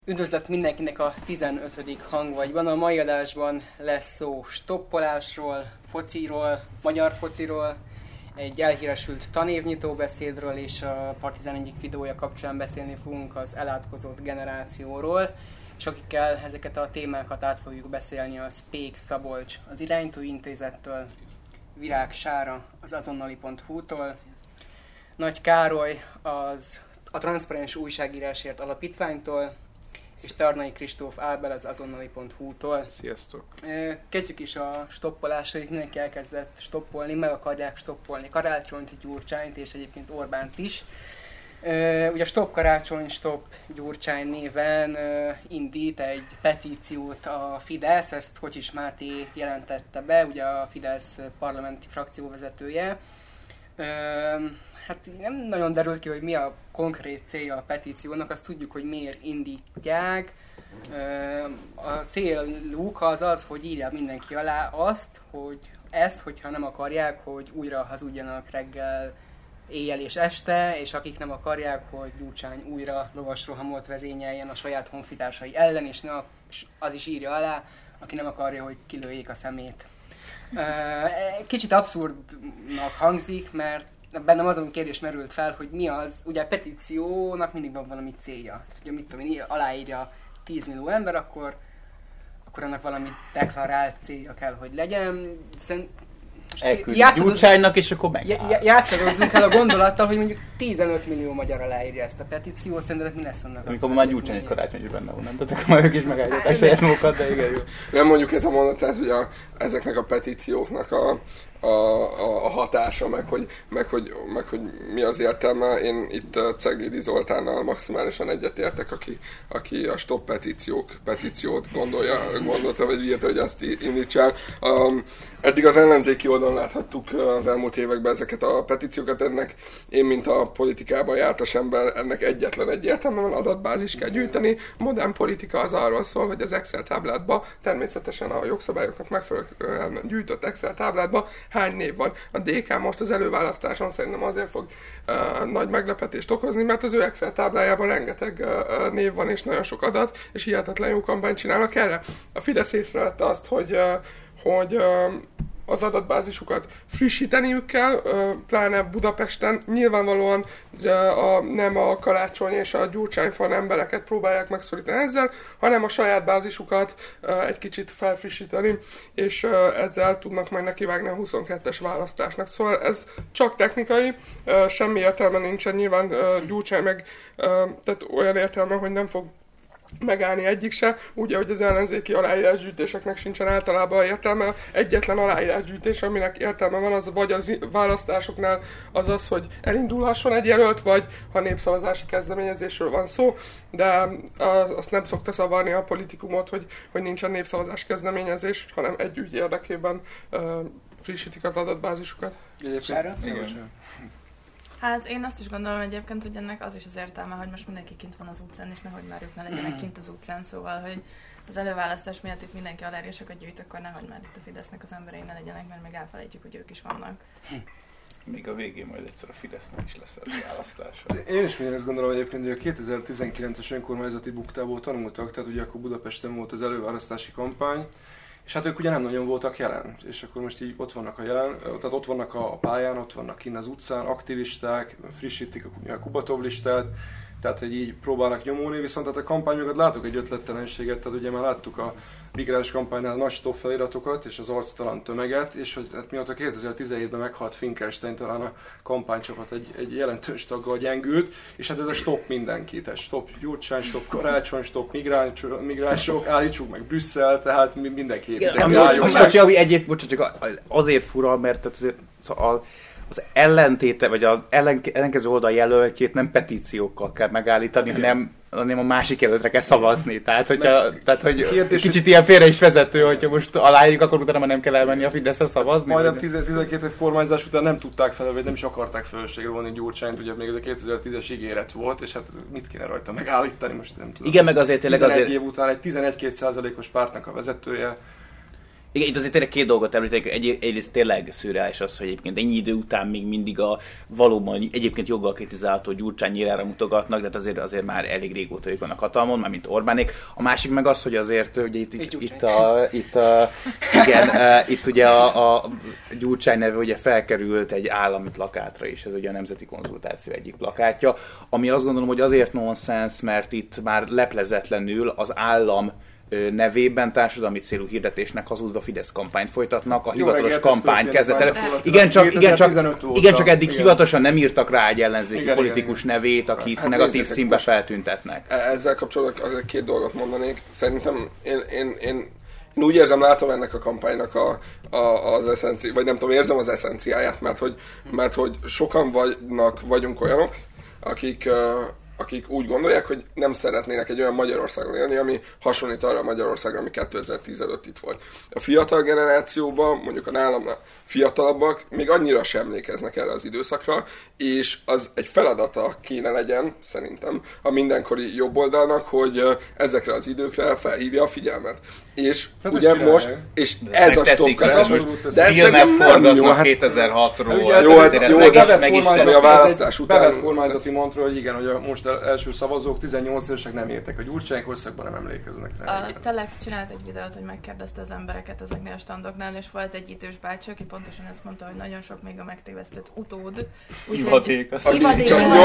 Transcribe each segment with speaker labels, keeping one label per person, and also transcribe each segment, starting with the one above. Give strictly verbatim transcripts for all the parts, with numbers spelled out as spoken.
Speaker 1: Üdvözlet mindenkinek a tizenötödik hangvagyban. A mai adásban lesz szó stoppolásról, fociról, magyar fociról, egy elhíresült tanévnyitó beszédről, és a Partizán egyik videója kapcsán beszélni fogunk az elátkozott generációról, és akikkel ezeket a témákat át fogjuk beszélni, az Pék Szabolcs az Irányító Intézettől, Virág Sára az azonnali pont hu-tól, Nagy Károly az a Transzparens Újságírásért Alapítványtól, és Tarnai Kristóf Ábel az azonnali pont hu-tól.
Speaker 2: Sziasztok!
Speaker 1: Kezdjük is a stoppolásra, hogy mindenki elkezdett stoppolni, meg akarják stoppolni Karácsonyt, Gyurcsányt és egyébként Orbánt is. Ugye a Stop Karácsony, Stop Gyurcsány néven indít egy petíciót a Fidesz, ezt Kocsis Máté jelentette be, ugye a Fidesz parlamenti frakcióvezetője. Hát nem nagyon derült ki, hogy mi a konkrét célja a petíciónak, azt tudjuk, hogy miért indítják. A céluk az az, hogy írja mindenki alá azt, hogy ezt, hogyha nem akarják, hogy újra hazudjanak reggel, éjjel és este, és akik nem akarják, hogy Gyurcsány újra lovasrohamot vezényeljen a saját honfitársai ellen, és, ne, és az is írja alá, aki nem akarja, hogy kilőjék a szemét. Kicsit abszurdnak hangzik, mert bennem azon kérdés merült fel, hogy mi az, ugye a petíciónak mindig van valami célja. Ugye mit tudom én, aláírja tíz millió ember, akkor, akkor annak valami deklarált célja kell, hogy legyen. Szerint
Speaker 2: elküldi Gyurcsánynak, és akkor megáll.
Speaker 1: Játszadozzunk el a gondolattal, hogy mondjuk tizenöt millió magyar aláírja ezt a petíciót, szerinted mi lesz annak?
Speaker 2: Amikor már Gyurcsány egy Karácsony is benne van, nem? Tehát akkor már ők is megállították saját magukat, de igen, jó.
Speaker 3: Nem mondjuk ez a mondatát, hogy a, ezeknek a petícióknak a, a, a, a hatása, meg hogy, meg, hogy, meg hogy mi az értelme. Én itt Ceglédi Zoltánnal maximálisan egyetértek, aki, aki a Stop petíciók petíciót gondolja, gondolta, vagy írta, hogy azt indítsák. Um, eddig az ellenzéki oldalon láthattuk az elmúlt években ezeket a petíciókat, ennek én, mint a politikában jártas ember, ennek egyetlen egyértelműen adatbázis kell gyűjteni. Modern politika az arról szól, hogy az Excel tábládba, természetesen a jogszabályoknak megfelelően gyűjtött Excel tábládba hány név van. A dé ká most az előválasztáson szerintem azért fog uh, nagy meglepetést okozni, mert az ő Excel táblájában rengeteg uh, név van és nagyon sok adat, és hihetetlen jó kampányt csinálnak erre. A Fidesz észrevette azt, hogy, uh, hogy uh, az adatbázisukat frissíteniük kell, pláne Budapesten. Nyilvánvalóan a, nem a Karácsony és a Gyurcsány fan embereket próbálják megszorítani ezzel, hanem a saját bázisukat egy kicsit felfrissíteni, és ezzel tudnak majd nekivágni a huszonkettes választásnak. Szóval ez csak technikai, semmi értelme nincsen, nyilván Gyurcsány meg tehát olyan értelme, hogy nem fog megállni egyik se, úgy, hogy az ellenzéki aláírásgyűjtéseknek sincsen általában értelme. Egyetlen aláírásgyűjtés, aminek értelme van, az vagy az választásoknál az az, hogy elindulhasson egy jelölt, vagy ha népszavazási kezdeményezésről van szó, de azt nem szokta szavarni a politikumot, hogy, hogy nincsen népszavazás kezdeményezés, hanem egy ügy érdekében uh, frissítik az adatbázisukat.
Speaker 1: Sára?
Speaker 3: Igen.
Speaker 4: Hát én azt is gondolom egyébként, hogy ennek az is az értelme, hogy most mindenki kint van az utcán, és nehogy már ők ne legyenek kint az utcán, szóval, hogy az előválasztás miatt itt mindenki aláírásokat gyűjt, akkor nehogy már itt a Fidesznek az emberei ne legyenek, mert meg elfelejtjük, hogy ők is vannak.
Speaker 2: Még a végén majd egyszer a Fidesznek is lesz ez választása.
Speaker 5: Én is azt gondolom egyébként, hogy a kétezer-tizenkilences önkormányzati buktából tanultak, tehát ugye akkor Budapesten volt az előválasztási kampány, és hát ők ugye nem nagyon voltak jelen, és akkor most így ott vannak a jelen, tehát ott vannak a pályán, ott vannak kint az utcán, aktivisták, frissítik a Kubatov listát, tehát hogy így próbálnak nyomulni, viszont hát a kampányokat látok egy ötlettelenséget, tehát ugye már láttuk a migráns kampánynál nagy stop feliratokat és az arctalan tömeget, és hogy hát mióta kétezer-tizenhétben meghalt Finkelstein, talán a kampánycsapat egy, egy jelentős taggal gyengült, és hát ez a stop mindenki, tehát stop Gyurcsány, stop Karácsony, stop migránsok, migránsok állítsuk meg Brüsszel, tehát mindenki
Speaker 2: építeni. Egyébként bocsánat, csak azért fura, mert azért a az ellentéte, vagy az ellen, ellenkező oldal jelöltjét nem petíciókkal kell megállítani, hanem, hanem a másik jelöltre kell szavazni. Tehát, hogyha, tehát hogy kérdés, kicsit ilyen félre is vezető, hogyha most aláírjuk, akkor utána már nem kell elmenni a Fideszre szavazni.
Speaker 5: Majdnem tizenkét év kormányzás után nem tudták fel, vagy nem is akarták felelősségre vonni Gyurcsányt, ugye még ez a kétezer-tízes ígéret volt, és hát mit kéne rajta megállítani, most nem tudom.
Speaker 2: Igen, meg azért tényleg azért...
Speaker 5: év után egy tizenegy-két százalékos pártnak a vezetője.
Speaker 2: Igen, itt azért tényleg két dolgot említek. Egy, egyrészt tényleg szürreális az, hogy egyébként ennyi idő után még mindig a valóban egyébként joggal kritizálható Gyurcsány nyilára mutogatnak, de hát azért, azért már elég régóta ők vannak hatalmon, már mint Orbánék. A másik meg az, hogy azért ugye itt, itt, itt, a, itt, a, igen, itt ugye a, a Gyurcsány neve ugye felkerült egy állami plakátra is, ez ugye a Nemzeti Konzultáció egyik plakátja, ami azt gondolom, hogy azért nonsens, mert itt már leplezetlenül az állam nevében társadalmi célú hirdetésnek hazudva Fidesz kampányt folytatnak, a hivatalos kampány kezdete. Igen, csak, igen, csak, igen, csak eddig igen. Hivatalosan nem írtak rá egy ellenzéki igen, politikus igen, nevét, akit hát negatív színbe feltüntetnek.
Speaker 3: Ezzel kapcsolatban két dolgot mondanék. Szerintem én, én, én, én úgy érzem, látom ennek a kampánynak a, a, az eszenciáját, vagy nem tudom, érzem az eszenciáját, mert hogy, mert hogy sokan vagynak, vagyunk olyanok, akik akik úgy gondolják, hogy nem szeretnének egy olyan Magyarországon élni, ami hasonlít arra a Magyarországra, ami kétezer-tíz előtt itt volt. A fiatal generációban, mondjuk a nálam fiatalabbak, még annyira sem emlékeznek erre az időszakra, és az egy feladata kéne legyen, szerintem, a mindenkori jobboldalnak, hogy ezekre az időkre felhívja a figyelmet. És hát ugye most, és de ez a stopkarás,
Speaker 2: de ez filmet forgatnak kétezer-hatról,
Speaker 3: jó, hát jó, de a választás után.
Speaker 5: Bevett kormányzati mondta, hogy igen, hogy a most első szavazók tizennyolc évesek nem értek a Gyurcsány korszakban, nem emlékeznek rá.
Speaker 4: A Telex csinált egy videót, hogy megkérdezte az embereket ezeknél a standoknál, és volt egy idős bácsi, aki pontosan ezt mondta, hogy nagyon sok még a megtévesztett utód.
Speaker 2: Ivadék.
Speaker 4: Ivadék.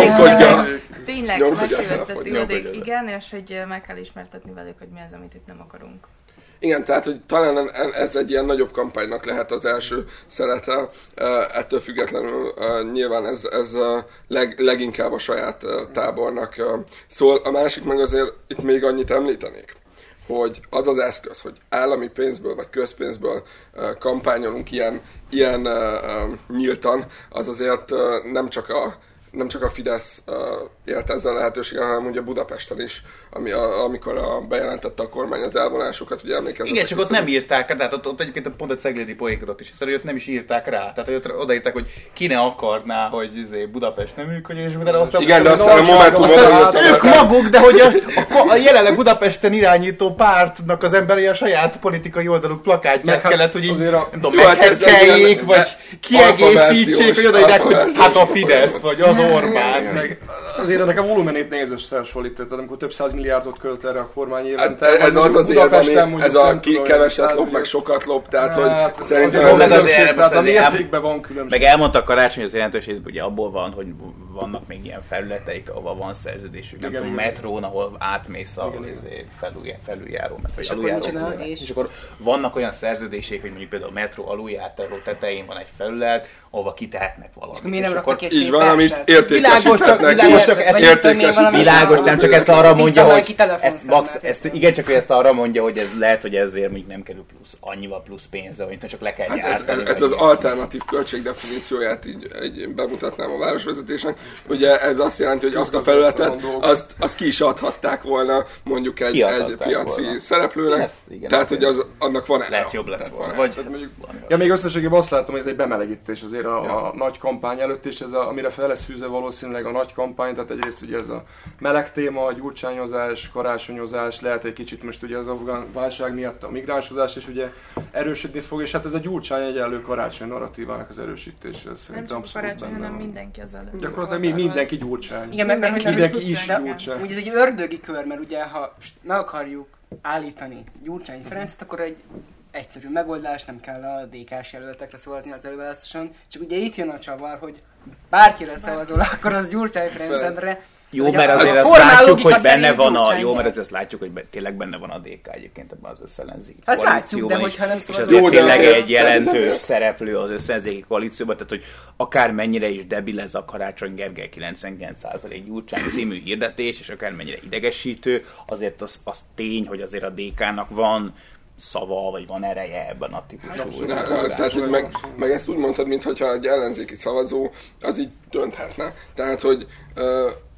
Speaker 4: Tényleg megtévesztett ivadék, igen, és hogy meg kell ismertetni velük, hogy mi az, amit itt nem akarunk.
Speaker 3: Igen, tehát, hogy talán ez egy ilyen nagyobb kampánynak lehet az első szelete, ettől függetlenül nyilván ez, ez leg, leginkább a saját tábornak szól. A másik meg azért itt még annyit említenék, hogy az az eszköz, hogy állami pénzből vagy közpénzből kampányolunk ilyen, ilyen nyíltan, az azért nem csak a nem csak a Fidesz uh, élt ezzel a lehetőséggel, hanem ugye Budapesten is, ami a, amikor a, bejelentette a kormány az elvonásokat, ugye emlékezzetek.
Speaker 2: Igen, csak ott nem írták rá, tehát ott, ott egyébként pont a ceglédi poénkodott is, szóval ott nem is írták rá, tehát hogy ott odaírták, hogy ki ne akarná, hogy izé, Budapest nem működjön, és utána aztán...
Speaker 3: Igen, de aztán a Momentum
Speaker 2: ők maguk, de hogy a, a, a jelenleg Budapesten irányító pártnak az emberei a saját politikai oldaluk plakátját hát, kellett, hogy így, a... nem tudom, meghekkeljék, vagy kiegészítsék, hogy odaírják, hogy hát a Fidesz, vagy az Orbán.
Speaker 5: Meg azért ennek a volumenét nehéz összehasonlítani, tehát amikor több száz milliárdot költ erre a kormány évente.
Speaker 3: Hát, ez az az érve, ez a ki keveset lop, meg sokat lop, tehát hogy szerintem
Speaker 2: ez a mértékben van különbség. Meg elmondta Karácsony, az jelentős részben ugye abból van, hogy vannak még ilyen felületeik, ahol van szerződésük, nem tudom, metrón, ahol átmész a felüljáró, vagy aluljáró. És akkor vannak olyan szerződések, hogy mondjuk például a metró aluljáró tetején van egy felület, ahova kitehetnek valamit.
Speaker 1: Mi nem raktak egy
Speaker 3: így van, amit értékesíthetnek.
Speaker 2: Világos, csak ezt világos, nem csak ezt arra mondja, hogy ezt max, ezt, igen, csak ezt arra mondja, hogy ez lehet, hogy ezért még nem kerül plusz, annyival plusz pénzre, mint csak le kell
Speaker 3: hát gyártani. Ez, ez, ez az alternatív költségdefinícióját így, így bemutatnám a városvezetésnek. Ugye ez azt jelenti, hogy azt a felületet, azt, azt ki is adhatták volna mondjuk egy, egy piaci volna. szereplőnek. Ezt, igen, tehát, hogy az, annak van
Speaker 2: lehet jobb lesz volna. Vagy,
Speaker 5: ja, még összességében azt látom, hogy ez egy bemelegítés azért a, ja. a nagy kampány előtt, és ez a, amire fel lesz fűzve valószínűleg a nagy kampány, tehát egyrészt ugye ez a meleg téma, a gyurcsányozás, karácsonyozás, lehet egy kicsit most ugye az afgán válság miatt a migránsozás is ugye erősödni fog, és hát ez a Gyurcsány egyenlő karácsony narratívának az erősítése.
Speaker 4: Nem csak a karácsony, hanem mindenki az előtt.
Speaker 5: Gyakorlatilag mi, mindenki Gyurcsány.
Speaker 1: Igen, meg
Speaker 5: mindenki, mindenki is
Speaker 1: Gyurcsány. Ugye ez egy ördögi kör, mert ugye ha meg akarjuk állítani Gyurcsány Ferencet, akkor egy egyszerű megoldás, nem kell a dé ká-s jelöltekre szavazni az előválasztáson, csak ugye itt jön a csavar, hogy bárkire szavazol, akkor az Gyurcsány Ferencre.
Speaker 2: Jó, mert azért azt látjuk, hogy benne van a, jó, mert azért látjuk, hogy tényleg benne van a dé ká egyébként ebben az összellenzéki koalícióban is, és azért tényleg egy jelentős szereplő az összellenzéki koalícióban, tehát hogy akármennyire is debil ez a Karácsony Gergely kilencvenkilenc százalék Gyurcsány című hirdetés, és akármennyire idegesítő, azért az, az tény, hogy azért a dé ká-nak van szava, vagy van ereje ebben a típusú.
Speaker 3: Tehát, hogy meg, meg ezt úgy mondtad, mintha egy ellenzéki szavazó az így dönthetne. Tehát, hogy uh,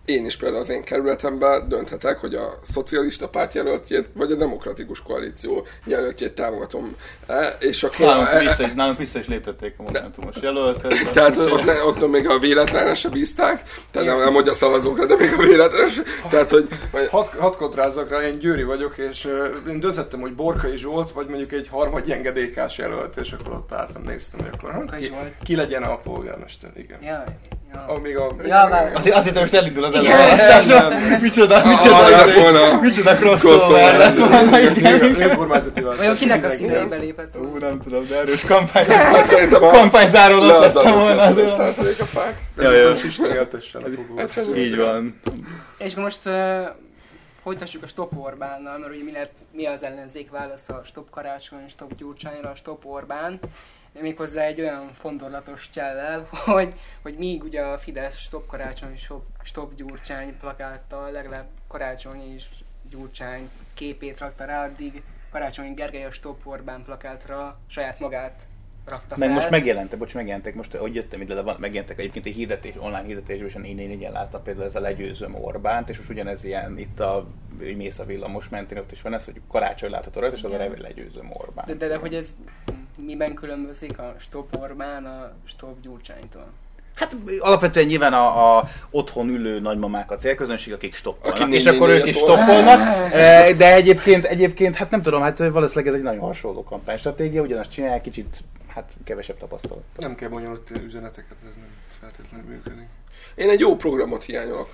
Speaker 3: én is például az én kerületemben dönthetek, hogy a szocialista párt jelöltjét, vagy a demokratikus koalíció jelöltjét támogatom. E, és akkor
Speaker 2: nálunk,
Speaker 3: a,
Speaker 2: vissza, nálunk vissza is léptették a momentumos jelöltet.
Speaker 3: Tehát ott, ne, ott még a véletlenre se bízták, tehát nem, nem hogy a szavazókra, de még a véletlenre se. Tehát, hogy...
Speaker 5: Hat, hat kontrázzak rá, én Győri vagyok, és uh, én döntettem, hogy Borkai Zsolt, vagy mondjuk egy harmadgyenge dé ká-s jelölt, és akkor ott álltam, néztem, hogy akkor hát, ki, ki legyen a polgármester, igen.
Speaker 1: Ja, ja.
Speaker 5: Amíg a...
Speaker 1: Ja,
Speaker 2: Azért, azért most elindul az előválasztásra. Micsoda, micsoda, micsoda crossover lett volna.
Speaker 5: Önkormányzati választás.
Speaker 1: Vajon kinek a színeibe lépett?
Speaker 2: Ú, nem tudom, de erős kampány.
Speaker 3: Szerintem a
Speaker 2: Kampányzárólat lettem volna az
Speaker 3: öt százalék a párt.
Speaker 2: Ja, ja.
Speaker 5: Isten éltessen a fogó.
Speaker 2: Így van.
Speaker 1: És most uh, folytassuk a Stop Orbánnal, mert ugye mi, lett, mi az ellenzék válasz a Stop Karácsony, Stop Gyurcsányra, a Stop Orbán. Méghozzá egy olyan fondorlatos csellel, hogy, hogy míg ugye a Fidesz Stop Karácsony, Stop Gyurcsány plakáttal legalább Karácsony és Gyurcsány képét rakta rá, addig Karácsony Gergely a Stop Orbán plakátra saját magát rakta fel.
Speaker 2: Meg most megjelentek, bocs, megjelentek, most ahogy jöttem ide, de megjelentek egyébként egy hirdetés, online hirdetésben, és én én így láttam például ez a legyőzöm Orbánt, és most ugyanez ilyen itt a, hogy mész a villamos mentén, ott is van ez, hogy Karácsony látható rajta, és az a neve legyőzöm Orbánt.
Speaker 1: De, de, de hogy ez miben különbözik a Stop Orbán a Stop Gyurcsánytól?
Speaker 2: Hát alapvetően nyilván a, a otthon ülő nagymamák a célközönség, akik stoppolnak,
Speaker 3: Aki
Speaker 2: és akkor ők is stoppolnak, de egyébként, egyébként, hát nem tudom, hát valószínűleg ez egy nagyon hasonló kampánystratégia, ugyanazt csinálják, kicsit, hát kevesebb tapasztalat.
Speaker 5: Nem kell bonyolult üzeneteket, ez nem feltétlenül működik.
Speaker 3: Én egy jó programot hiányolok.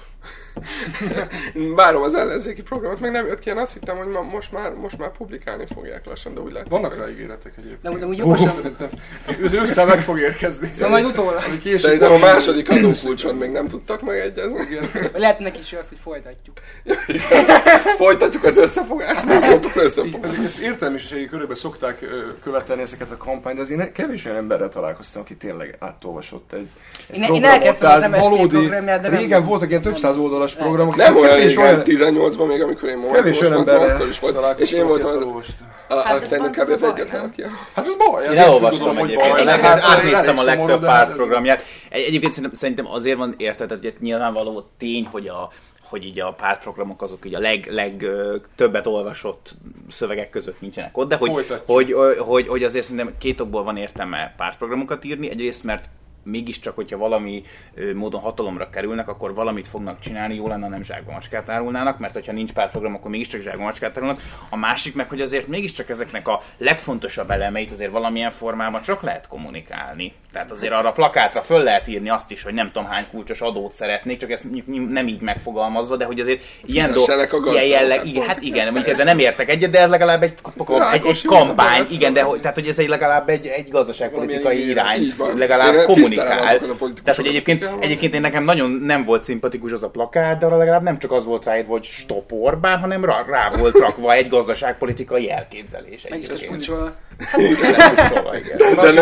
Speaker 3: Várom az ellenzéki programot, meg nem jött ki, én azt hittem, hogy ma, most, már, most már publikálni fogják lassan, de úgy látom.
Speaker 5: Vannak rá ígéretek egyébként.
Speaker 1: De, de úgy jogosan...
Speaker 5: Szerintem az ősszel meg fog érkezni.
Speaker 1: Szóval majd utólag.
Speaker 3: Szerintem a második adókulcson még nem tudtak megegyezni.
Speaker 1: Lehet neki is az, hogy folytatjuk.
Speaker 3: Folytatjuk az összefogást, még jobban összefogunk.
Speaker 5: Azért ezt értelmiségi körülben szokták ö, követelni ezeket a kampányt, de azért kevés olyan emberrel találkoztam, aki tényleg átolvasott egy, egy
Speaker 1: Én, én elkezdtem az em es ká programját, de nem...
Speaker 5: Régen voltak ilyen több száz oldalas programok.
Speaker 3: Nem olyan régen, tizennyolcban még, amikor én
Speaker 5: kevés olyan emberrel
Speaker 3: akkor is volt. És én voltam az...
Speaker 4: Hát
Speaker 3: szerintem kb. Az egyetlen, aki...
Speaker 5: Hát ez baj.
Speaker 2: Én elolvastam egyébként, átnéztem a legtöbb pártprogramját. Egyébként szerintem azért van érted, hogy nyilvánvaló tény, hogy a hogy így a pártprogramok azok így a leg, leg többet olvasott szövegek között nincsenek ott, de hogy, hogy, hogy, hogy azért szerintem két okból van értelme pártprogramokat írni. Egyrészt, mert mégiscsak, hogyha valami ö, módon hatalomra kerülnek, akkor valamit fognak csinálni, jó lenne, ha nem zsákba macskát árulnának, mert hogyha nincs pártprogram, akkor mégiscsak zsákba macskát árulnak. A másik meg, hogy azért mégiscsak ezeknek a legfontosabb elemeit azért valamilyen formában csak lehet kommunikálni. Tehát azért arra a plakátra föl lehet írni azt is, hogy nem tudom hány kulcsos adót szeretnék, csak ezt nem így megfogalmazva, de hogy azért ilyen dolgok, ilyen jelleg, igen, hát igen, mondjuk ezzel nem értek egyet, de ez legalább egy, egy, egy kampány, igen, de hogy, tehát hogy ez egy legalább egy, egy gazdaságpolitikai irány, legalább kommunikál. Tehát, hogy egyébként, egyébként én nekem nagyon nem volt szimpatikus az a plakát, de arra legalább nem csak az volt ráírva, hogy Stop Orbán, hanem rá, rá volt rakva egy gazdaságpolitikai elképzelés.
Speaker 1: Meg is lesz kucsolva.
Speaker 2: Hát úgy lesz kucsolva, igen.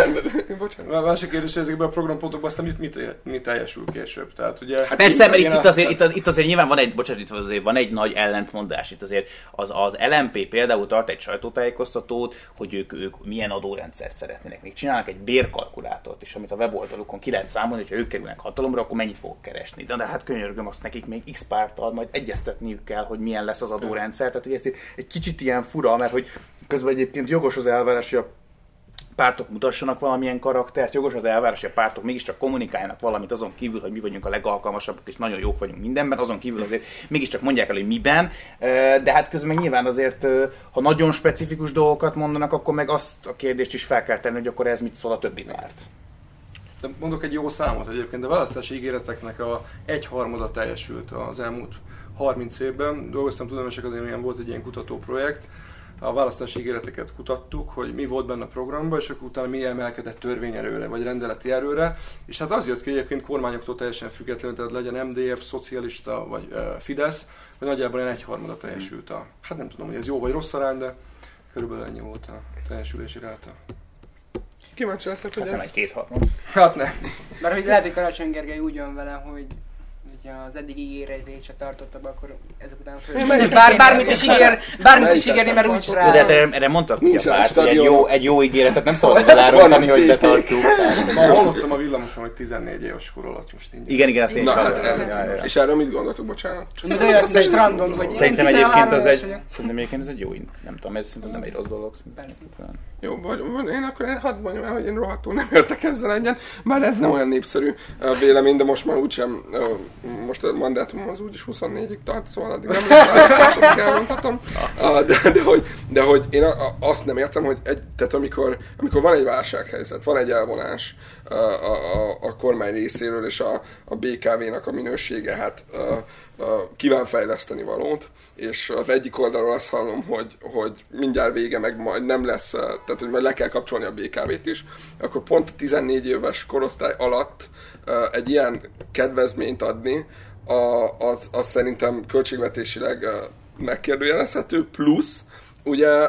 Speaker 5: A másik kérdés, hogy ezekben a programpontokban aztán mit, mit, mit teljesül később. Tehát, ugye,
Speaker 2: hát persze, mert itt, itt, azért, itt, itt azért nyilván van egy, bocsánat, itt azért van egy nagy ellentmondás. Itt azért az, az el em pé például tart egy sajtótájékoztatót, hogy ők, ők milyen adórendszert szeretnének. Még csinálnak egy bérkalkulátort is, amit a weboldalukon ki lehet számolni, hogyha ők kerülnek hatalomra, akkor mennyit fogok keresni. De, de hát könyörgöm, azt nekik még X párttal majd egyeztetniük kell, hogy milyen lesz az adórendszer. Tehát hogy ez egy kicsit ilyen fura, mert hogy közben egyébként jogos az elvárás, hogy a pártok mutassanak valamilyen karaktert, jogos az elvárás, hogy a pártok mégiscsak kommunikáljanak valamit azon kívül, hogy mi vagyunk a legalkalmasabbak, és nagyon jók vagyunk mindenben, azon kívül azért mégiscsak mondják el, hogy miben, de hát közben meg nyilván azért, ha nagyon specifikus dolgokat mondanak, akkor meg azt a kérdést is fel kell tenni, hogy akkor ez mit szól a többi párt.
Speaker 5: De mondok egy jó számot egyébként, de a választási ígéreteknek a egyharmada teljesült az elmúlt harminc évben. Dolgoztam Tudományos Akadémián, volt egy ilyen kutatóprojekt, a választási ígéreteket kutattuk, hogy mi volt benne a programban, és akkor utána mi emelkedett törvényerőre, vagy rendeleti erőre, és hát az jött ki egyébként kormányoktól teljesen függetlenül, tehát legyen em dé ef, szocialista, vagy uh, Fidesz, hogy nagyjából ilyen egyharmada teljesült a, hát nem tudom, hogy ez jó vagy rossz arány, de körülbelül ennyi volt a teljesülési ráta.
Speaker 3: Kíváncsi leszek, hogy
Speaker 2: hát
Speaker 3: ez...
Speaker 2: nem egy kétharmad.
Speaker 5: Hát nem.
Speaker 1: Mert hogy lehet, hogy Karácsony Gergely úgy jön vele, hogy hogyha az eddig ígéretét se tartottak, akkor ezek után föl. Bár, bármit is ígér, bármit is ígérni, mert úgyis rá.
Speaker 2: De erre, erre mondtak, hogy egy jó, egy jó ígéretet nem szabad elárulni, hogy betartjuk.
Speaker 5: Ma hallottam a villamoson, hogy tizennégy éves kor alatt most ingyen.
Speaker 2: Igen, igen, azt én
Speaker 3: Na, hát, és erről mit gondoltuk, bocsánat?
Speaker 1: Mint olyan azt a strandon, vagy
Speaker 2: szerintem egyébként az egy, szerintem egyébként ez egy jó, nem tudom, ez szerintem nem egy rossz dolog.
Speaker 3: Jó, vagy, én akkor hadd mondjam el, hogy én rohadtul nem értek ezzel egyen, bár ez nem olyan népszerű vélemény, de most már úgysem, most a mandátumom az úgyis huszonnégyig tart, szóval addig nem lesz elmondhatom. De, de, hogy, de hogy én azt nem értem, hogy egy, tehát amikor, amikor van egy válsághelyzet, van egy elvonás a, a, a kormány részéről, és a, a bé ká vé-nak a minősége hát a, a, kíván fejleszteni valót, és az egyik oldalról azt hallom, hogy, hogy mindjárt vége, meg majd nem lesz, tehát hogy majd le kell kapcsolni a bé ká vét is, akkor pont a tizennégy éves korosztály alatt egy ilyen kedvezményt adni, az, az szerintem költségvetésileg megkérdőjelezhető, plusz ugye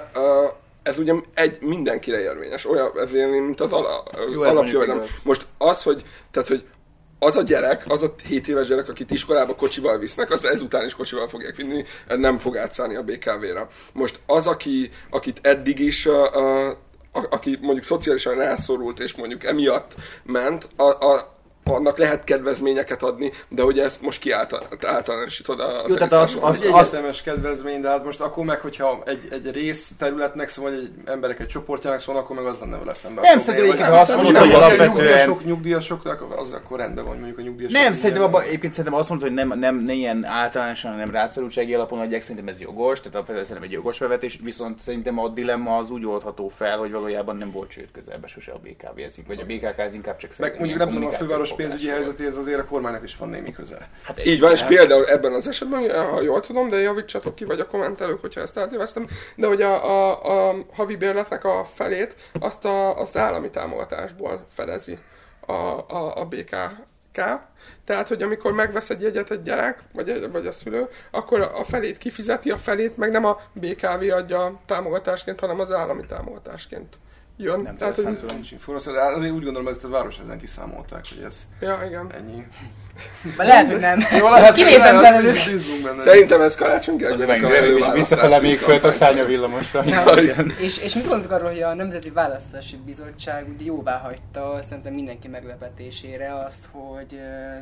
Speaker 3: ez ugye egy mindenkire érvényes, olyan, ezért mint az ala, alapjövedelem. Most az, hogy, tehát, hogy az a gyerek, az a hét éves gyerek, akit iskolába kocsival visznek, az ezután is kocsival fogják vinni, nem fog átszállni a bé ká vé-re. Most az, aki, akit eddig is, a, a, aki mondjuk szociálisan rászorult, és mondjuk emiatt ment, a, a annak lehet kedvezményeket adni, de hogy ezt most kiáltalánosítod az
Speaker 5: Jó, tehát az, az, az egy egyetemes kedvezmény, de hát most akkor meg, hogyha egy, egy rész területnek szól, vagy egy emberek egy csoportjának szól, akkor meg az nem vele szemben.
Speaker 2: Nem, szerintem ha azt mondod, hogy alapvetően...
Speaker 5: Nyugdíjasoknak, az akkor rendben van, mondjuk a nyugdíjasok.
Speaker 2: Nem, szerintem abban egyébként szerintem azt mondod, hogy nem, nem, nem ilyen általánosan, nem rászorultsági alapon adják, szerintem ez jogos, tehát szerintem egy jogos felvetés, viszont szerintem a dilemma az úgy oldható fel, hogy valójában nem volt sőt közelben sose a bé ká vé-hez, vagy a bé ká ká-hez inkább csak szerintem pénzügyi helyzetéhez azért a kormánynak is van némi köze.
Speaker 3: Hát így van, és például ebben az esetben, ha jól tudom, de javítsatok ki, vagy a kommentelők, hogyha ezt eltéveztem, de hogy a, a, a havi bérletnek a felét azt a, az állami támogatásból fedezi a, a, a bé ká ká. Tehát, hogy amikor megvesz egy jegyet egy gyerek, vagy, egy, vagy a szülő, akkor a felét kifizeti, a felét meg nem a bé ká vé adja támogatásként, hanem az állami támogatásként jön.
Speaker 2: Nem
Speaker 3: tehát,
Speaker 2: tudom,
Speaker 3: hogy...
Speaker 2: tudom.
Speaker 5: Információ, azért úgy gondolom, hogy ezt a város ezen kiszámolták, hogy ez
Speaker 3: ja, igen.
Speaker 5: ennyi.
Speaker 1: Már lehet, hogy nem.
Speaker 5: Jó, lehet,
Speaker 1: kinézem belőlük.
Speaker 3: Szerintem ez Karácsony Gergelynek a előválasztási.
Speaker 2: Visszafele még föltak szárny a villamosra.
Speaker 1: és, és mit gondoltuk arról, hogy a Nemzeti Választási Bizottság ugye jóvá hagyta, szerintem mindenki meglepetésére azt, hogy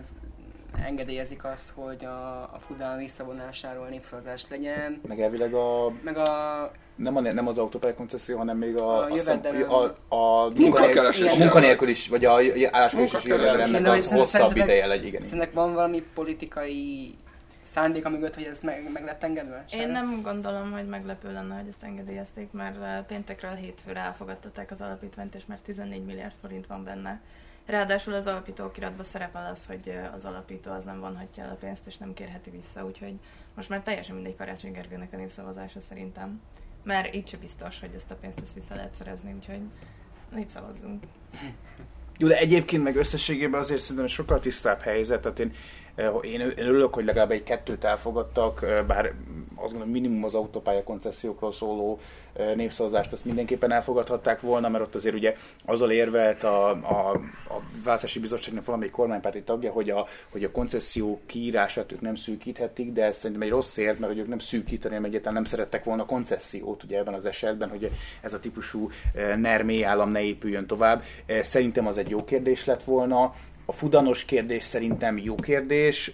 Speaker 1: uh, engedélyezik azt, hogy a, a Fudán visszavonásáról népszavazást legyen.
Speaker 2: Meg elvileg a...
Speaker 1: Meg a
Speaker 2: Nem, a, nem az autópálya koncesszió, hanem még a,
Speaker 1: a,
Speaker 2: a, a, a, a
Speaker 3: munkanélkül,
Speaker 2: munkanélkül is, vagy a álláskeresés jövedelemnek az hosszabb ideje legy, igen.
Speaker 1: Szerintem van valami politikai szándéka mögött, hogy ez meg, meg lett engedve?
Speaker 4: Én nem gondolom, hogy meglepő lenne, hogy ezt engedélyezték, mert péntekről hétfőre elfogadtatták az alapítványt, és már tizennégy milliárd forint van benne. Ráadásul az alapító okiratban szerepel az, hogy az alapító az nem vonhatja el a pénzt, és nem kérheti vissza, úgyhogy most már teljesen mindegy Karácsony Gergőnek a népszavazása szerintem. Mert így sem biztos, hogy ezt a pénzt ezt vissza lehet szerezni, úgyhogy népszavazzunk.
Speaker 2: Jó, de egyébként meg összességében azért szerintem sokkal tisztább helyzet, tehát én, én, én örülök, hogy legalább egy kettőt elfogadtak, bár azt gondolom minimum az autópálya koncessziókról szóló népszavazást azt mindenképpen elfogadhatták volna, mert ott azért ugye azzal érvelt a, a, a Választási Bizottságnak valamelyik kormánypárti tagja, hogy a, hogy a koncesszió kiírását ők nem szűkíthetik, de ez szerintem egy rossz érv, mert hogy ők nem szűkíteni, mert egyáltalán nem szerettek volna koncessziót ugye ebben az esetben, hogy ez a típusú NER mély állam ne épüljön tovább. Szerintem az egy jó kérdés lett volna. A fudanos kérdés szerintem jó kérdés.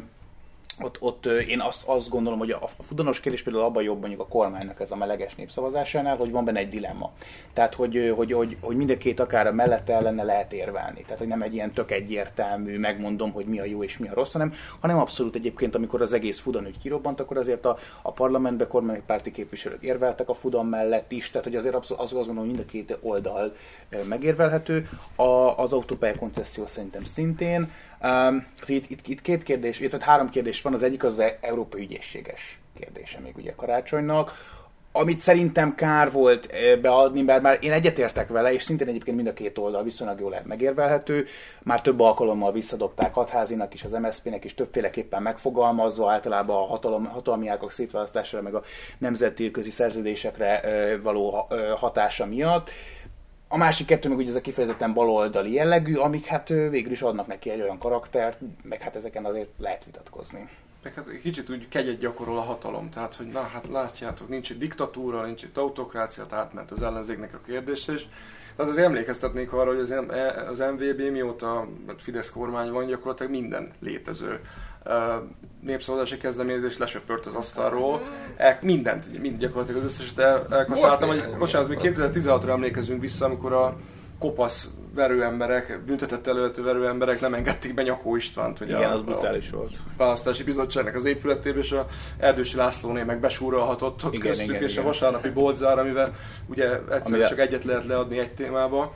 Speaker 2: Ott, ott én azt, azt gondolom, hogy a, a fudanos kérdés például abban jobb mondjuk a kormánynak ez a meleges népszavazásánál, hogy van benne egy dilemma. Tehát, hogy, hogy, hogy, hogy mind a két akár a mellette ellene lehet érvelni. Tehát, hogy nem egy ilyen tök egyértelmű, megmondom, hogy mi a jó és mi a rossz, hanem, hanem abszolút egyébként, amikor az egész Fudan ügy kirobbant, akkor azért a, a parlamentben kormánypárti képviselők érveltek a Fudan mellett is, tehát hogy azért abszolút, azt gondolom, hogy mind a két oldal megérvelhető. A, az autópálya koncesszió szerintem szintén. Um, itt, itt, itt két kérdés, illetve három kérdés van, az egyik az, az Európai ügyészséges kérdése még ugye Karácsonynak, amit szerintem kár volt beadni, mert már én egyetértek vele, és szintén egyébként mind a két oldal viszonylag jól lehet megérvelhető. Már több alkalommal visszadobták Hatházinak is, az em es zé pé-nek is többféleképpen megfogalmazva, általában a hatalom, hatalmi ágak szétválasztására, meg a nemzetközi szerződésekre való hatása miatt. A másik kettő meg ugye ez a kifejezetten baloldali jellegű, amik hát végül is adnak neki egy olyan karaktert, meg hát ezeken azért lehet vitatkozni.
Speaker 5: Meg hát kicsit úgy kegyet gyakorol a hatalom, tehát hogy na hát látjátok, nincs itt diktatúra, nincs itt autokrácia, tehát átment az ellenzéknek a kérdése is. Tehát azért emlékeztetnék arra, hogy az, az em vé bé mióta Fidesz kormány van, gyakorlatilag minden létező népszavazási kezdeményezés lesöpört az asztalról. El, mindent, mind gyakorlatilag az összeset el, elkaszáltam, hogy bocsánat, mi kétezer-tizenhatra emlékezünk vissza, amikor a kopasz verőemberek, büntetett előtt verőemberek nem engedték be Nyakó Istvánt, ugye
Speaker 2: igen,
Speaker 5: a,
Speaker 2: az brutális volt.
Speaker 5: Választási Bizottságnak az épületébe, és a Erdősi Lászlóné meg besúrolhatott ott igen, köztük, igen, és igen. A vasárnapi boltzár, amivel ugye egyszerűen Amire... csak egyet lehet leadni egy témába.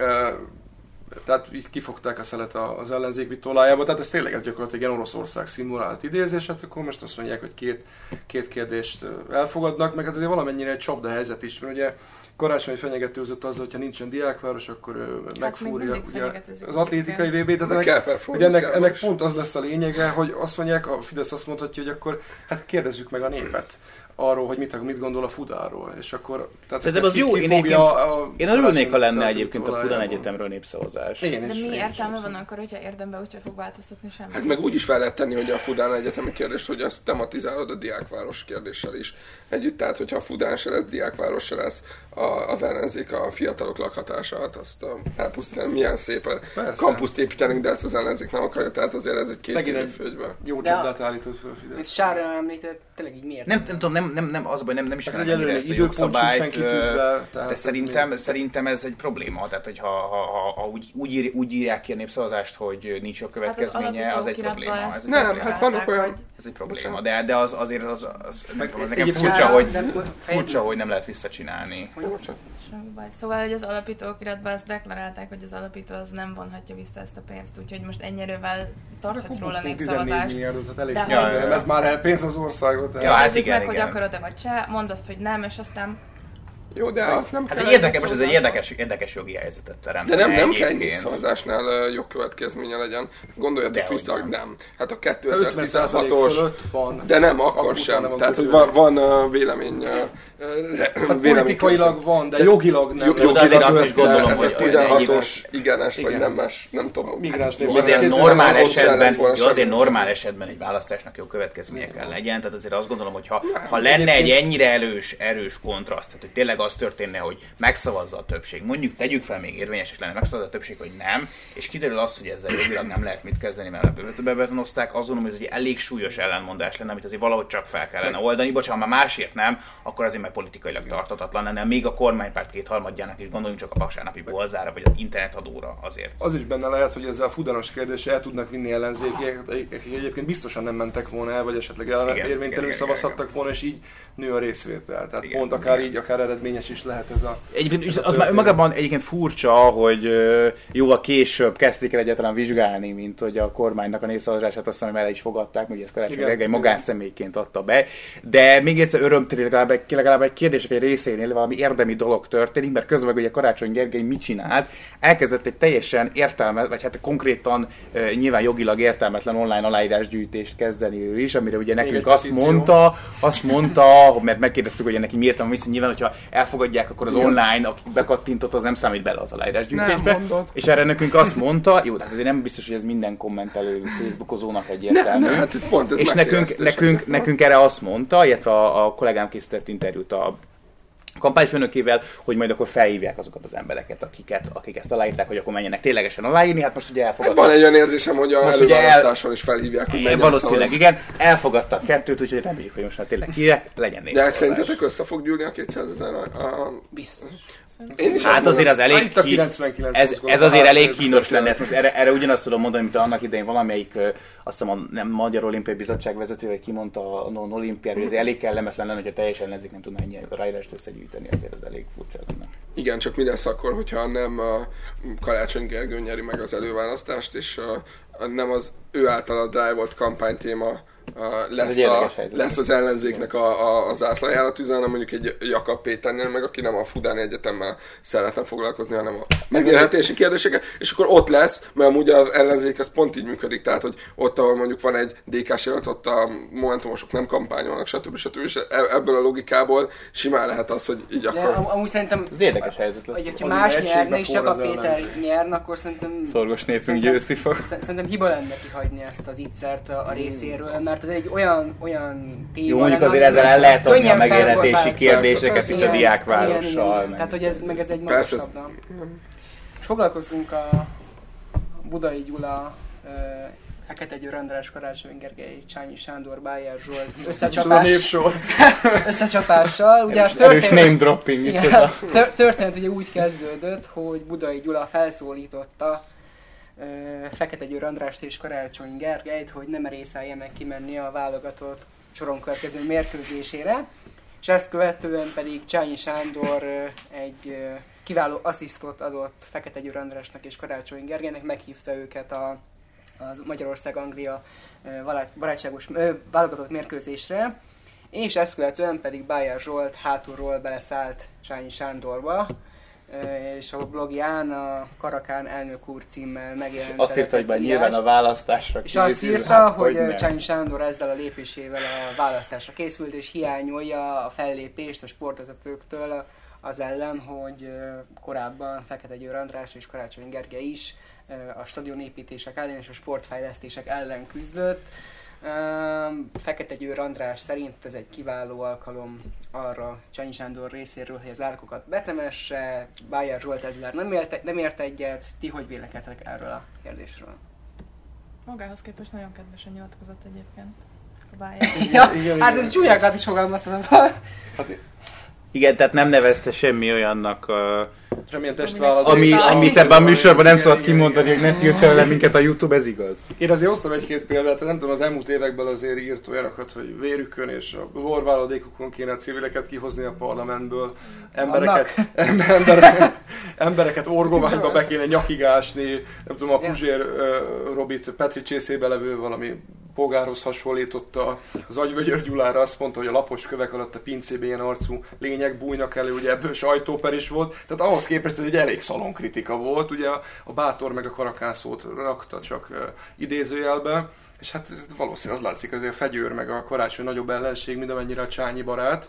Speaker 5: Tehát így kifogták a szelet az ellenzék tollájába, tehát ez tényleg ez gyakorlatilag egy Oroszország színvonalat idézés, hát akkor most azt mondják, hogy két, két kérdést elfogadnak, meg hát azért valamennyire egy csapda helyzet is, mert ugye Karácsony fenyegetőzött azzal, hogyha nincsen diákváros, akkor ő hát megfúrja ugye, az atlétikai vé bét, tehát ennek, ugye ennek, ennek pont az lesz a lényege, hogy azt mondják, a Fidesz azt mondhatja, hogy akkor hát kérdezzük meg a népet arról, hogy mit, mit gondol a Fudáról, és akkor... Tehát
Speaker 2: szerintem az jó, én, én, a, én örülnék, ha lenne egyébként a Fudán Egyetemről népszavazás.
Speaker 4: Igen, de mi értelme van akkor, hogyha érdemben úgyse fog változtatni semmi?
Speaker 3: Hát meg úgy is fel lehet tenni, hogy a Fudán Egyetemi kérdést, hogy azt tematizálod a diákváros kérdéssel is együtt, tehát hogyha a Fudán se lesz, diákváros se lesz, a, az ellenzék a fiatalok lakhatását, azt elpusztítani, milyen szépen kampuszt építenek, de ezt az ellenzék nem akarja, tehát azért ez egy két év földbe.
Speaker 5: Jó csodát állított fel Fidesz.
Speaker 1: Mint Sára említett, tényleg így miért?
Speaker 2: Nem, nem tudom, nem, nem, nem az a baj, nem, nem ismerem hát ennyire ezt a jogszabályt, de szerintem, szerintem ez egy probléma. Tehát, hogy ha, ha, ha, ha úgy, úgy, ír, úgy írják ki a népszavazást, hogy nincs jogkövetkezménye, hát az, az egy probléma. Ez
Speaker 3: nem,
Speaker 2: probléma.
Speaker 3: hát vannak olyan...
Speaker 2: Ez egy probléma, de, de az, azért az, az, nem tudom, az nekem furcsa, hogy, furcsa, hogy nem lehet visszacsinálni.
Speaker 4: Szóval, hogy az alapító okiratban azt deklarálták, hogy az alapító az nem vonhatja vissza ezt a pénzt, úgyhogy most ennyirővel tarthatsz róla a népszavazást.
Speaker 5: De ja, mert már el pénz az országot.
Speaker 2: Ja, hát igen,
Speaker 4: meg,
Speaker 2: igen.
Speaker 4: hogy akarod-e vagy se, mondd azt, hogy nem, és aztán...
Speaker 3: Jó, de az nem
Speaker 2: hát
Speaker 3: kell...
Speaker 2: Egy érdekes, most ez egy érdekes, érdekes jogi helyzetet teremt.
Speaker 3: De nem, nem kell egy népszavazásnál jogkövetkezménye legyen. Gondoljatok vissza, hogy nem. Hát a kétezer-tizenhatos... De nem, akkor sem. Tehát, hogy van, van vélemény...
Speaker 5: Hát politikailag van, de jogilag nem.
Speaker 2: Jogilag azt is gondolom, hogy
Speaker 3: tizenhatos igenes, vagy nem más, nem tudom.
Speaker 2: Azért normál esetben, azért normál esetben egy választásnak jó következménye kell legyen. Tehát azért azt gondolom, hogy ha lenne egy ennyire erős, erős kontraszt, tehát hogy tényleg az történne, hogy megszavazza a többség. Mondjuk tegyük fel, még érvényes lenne, megszavazza a többség, hogy nem, és kiderül az, hogy ezzel jogilag nem lehet mit kezdeni, mert bebetonozták, azt gondolom, hogy ez egy elég súlyos ellenmondás lenne, amit azért valahogy csak fel kellene oldani. Bocsánat, ha már másért nem, akkor azért meg politikailag tarthatatlan lenne, még a kormánypárt kétharmadjának is gondoljunk csak a vasárnapi bolzára, vagy az internetadóra azért.
Speaker 5: Az is benne lehet, hogy ezzel a fudanos kérdéssel el tudnak vinni ellenzékiek, akik egyébként biztosan nem mentek volna el, vagy esetleg érvénytelenül szavazhattak volna, és így nő a részvétel. Tehát igen, pont akár igen. így, akár eredményes is lehet ez a...
Speaker 2: Egyébként ez az már magában egyébként furcsa, hogy jóval később kezdték el egyáltalán vizsgálni, mint hogy a kormánynak a népszavazását azt hiszem, hogy is fogadták, meg ezt Karácsony Gergely magánszemélyként adta be. De még egyszer örömteli legalább, legalább egy kérdések egy részénél valami érdemi dolog történik, mert közben ugye Karácsony Gergely mit csinált? Elkezdett egy teljesen értelme, vagy hát konkrétan uh, nyilván jogilag értelmetlen online aláírásgyűjtést kezdeni ő is, amire ugye nekünk azt mondta, azt mondta, mert megkérdeztük, hogy neki miért van vissza, nyilván, hogyha elfogadják, akkor az online, aki bekattintott, az nem számít bele az aláírásgyűjtésbe. És erre nekünk azt mondta, jó, de azért nem biztos, hogy ez minden kommentelő Facebookozónak egyértelmű.
Speaker 3: Nem, nem, hát ez pont, ez
Speaker 2: és nekünk, nekünk, nekünk erre azt mondta, illetve a, a kollégám készített interjút a kampányfőnökével, hogy majd akkor felhívják azokat az embereket, akiket, akik ezt aláírták, hogy akkor menjenek ténylegesen aláírni. Hát most ugye elfogadtak.
Speaker 3: Hát van egy olyan érzésem, hogy a előválasztáson el... is felhívják, hogy menjenek.
Speaker 2: Valószínűleg szavazni. Igen, elfogadtak kettőt, úgyhogy reméljük, hogy most már tényleg hívják, legyen népszavazás.
Speaker 3: De szerintetek össze fog gyűlni a kétszázezer? A...
Speaker 1: Biztos.
Speaker 2: Én is hát azért az elég ki... ez, ez azért elég kínos lenne, ezt most erre, erre ugyanazt tudom mondani, mint annak idején valamelyik, azt hiszem a nem, Magyar Olimpiai Bizottság vezetője kimondta a non olimpiára, hogy ez elég kellemetlen lenne, hogyha teljesen ellenzék nem tudna ennyi ráírást összegyűjteni, azért az elég furcsa lenne.
Speaker 3: Igen, csak mi lesz akkor, hogyha nem a Karácsony Gergely nyeri meg az előválasztást, és a, a, nem az ő által a drive-olt kampánytéma uh, lesz, a, lesz az ellenzéknek a, a, az zászlajára tűzön, hanem mondjuk egy Jakab Péternél meg, aki nem a Fudáni Egyetemmel szeretne foglalkozni, hanem a megélhetési kérdéseket, és akkor ott lesz, mert amúgy az ellenzék az pont így működik, tehát hogy ott, ahol mondjuk van egy dé ká-s jelölt, ott a momentumosok nem kampányolnak, stb. stb. És ebből a logikából simán lehet az, hogy így akkor...
Speaker 1: Am- amúgy szerintem...
Speaker 2: Ez érdekes helyzet lesz.
Speaker 1: Vagy ha más nyerne, és csak a Péter nyerne, akkor szerintem...
Speaker 2: Szorgos népünk győzni fog.
Speaker 1: Szerintem hiba lenne kihagyni ezt az ígyszert a, a részéről, mert ez egy olyan, olyan téma...
Speaker 2: Jó, mondjuk azért ezzel el lehet adni a megélhetési kérdéseket is a diákvárossal.
Speaker 1: Tehát, hogy ez, meg ez egy magas labda. És foglalkozzunk a Budai Gyula, Fekete Győr András, Karácsony Gergely, Csányi Sándor, Bájer Zsolt összecsapás, összecsapással. Ugye a
Speaker 2: erős name dropping itt
Speaker 1: igen, a történet ugye úgy kezdődött, hogy Budai Gyula felszólította uh, Fekete Győr Andrást és Karácsony Gergelyt, hogy nem merészeljenek kimenni a válogatott soron következő mérkőzésére, és ezt követően pedig Csányi Sándor uh, egy uh, kiváló asszisztot adott Fekete Győr Andrásnak és Karácsony Gergelynek, meghívta őket a a Magyarország-Anglia barátságos válogatott mérkőzésre, és ezt követően pedig Bájer Zsolt hátulról beleszállt Csányi Sándorba, és a blogján a Karakán elnök úr címmel megjelent.
Speaker 2: Azt írta, hogy már nyilván a választásra
Speaker 1: készült. És azt írta, hát, hogy, hogy Csányi Sándor ezzel a lépésével a választásra készült, és hiányolja a fellépést a sportvezetőktől az ellen, hogy korábban Fekete Győr András és Karácsony Gergely is a stadionépítések ellen és a sportfejlesztések ellen küzdött. Fekete Győr András szerint ez egy kiváló alkalom arra Csányi Sándor részéről, hogy az árkokat betemesse. Bájer Zsolt ezzel nem ért, nem ért egyet. Ti hogy vélekedtek erről a kérdésről?
Speaker 4: Magához képest nagyon kedvesen nyilatkozott egyébként a Bájer.
Speaker 1: Ja, igen, hát ez csúnyákat is fogalmaztam. Hát,
Speaker 2: igen, tehát nem nevezte semmi olyannak, uh,
Speaker 5: semmilyen testvállalat,
Speaker 2: ami, amit ebben a műsorban nem szabad kimondani, hogy ne tiltsa le minket a YouTube, ez igaz.
Speaker 5: Én azért hoztam egy-két példát, nem tudom, az elmúlt években azért írt olyanokat, hogy vérükön és a borváladékukon kéne a civileket kihozni a parlamentből, embereket, embereket, embereket orgoványba be kéne nyakigásni, nem tudom, a Puzsér uh, Robit Petri csészébe levő valami polgárhoz hasonlította az Agyvögyör Gyulára, azt mondta, hogy a lapos kövek alatt a pincébe ilyen arcú lények bújnak elő, ugye ebből sajtóper is volt, tehát ahhoz képest ez egy elég szalonkritika volt, ugye a, a Bátor meg a Karakán szót rakta csak uh, idézőjelbe, és hát valószínűleg az látszik, azért a Fegyőr meg a Karácsony nagyobb ellenség, mint amennyire a Csányi barát.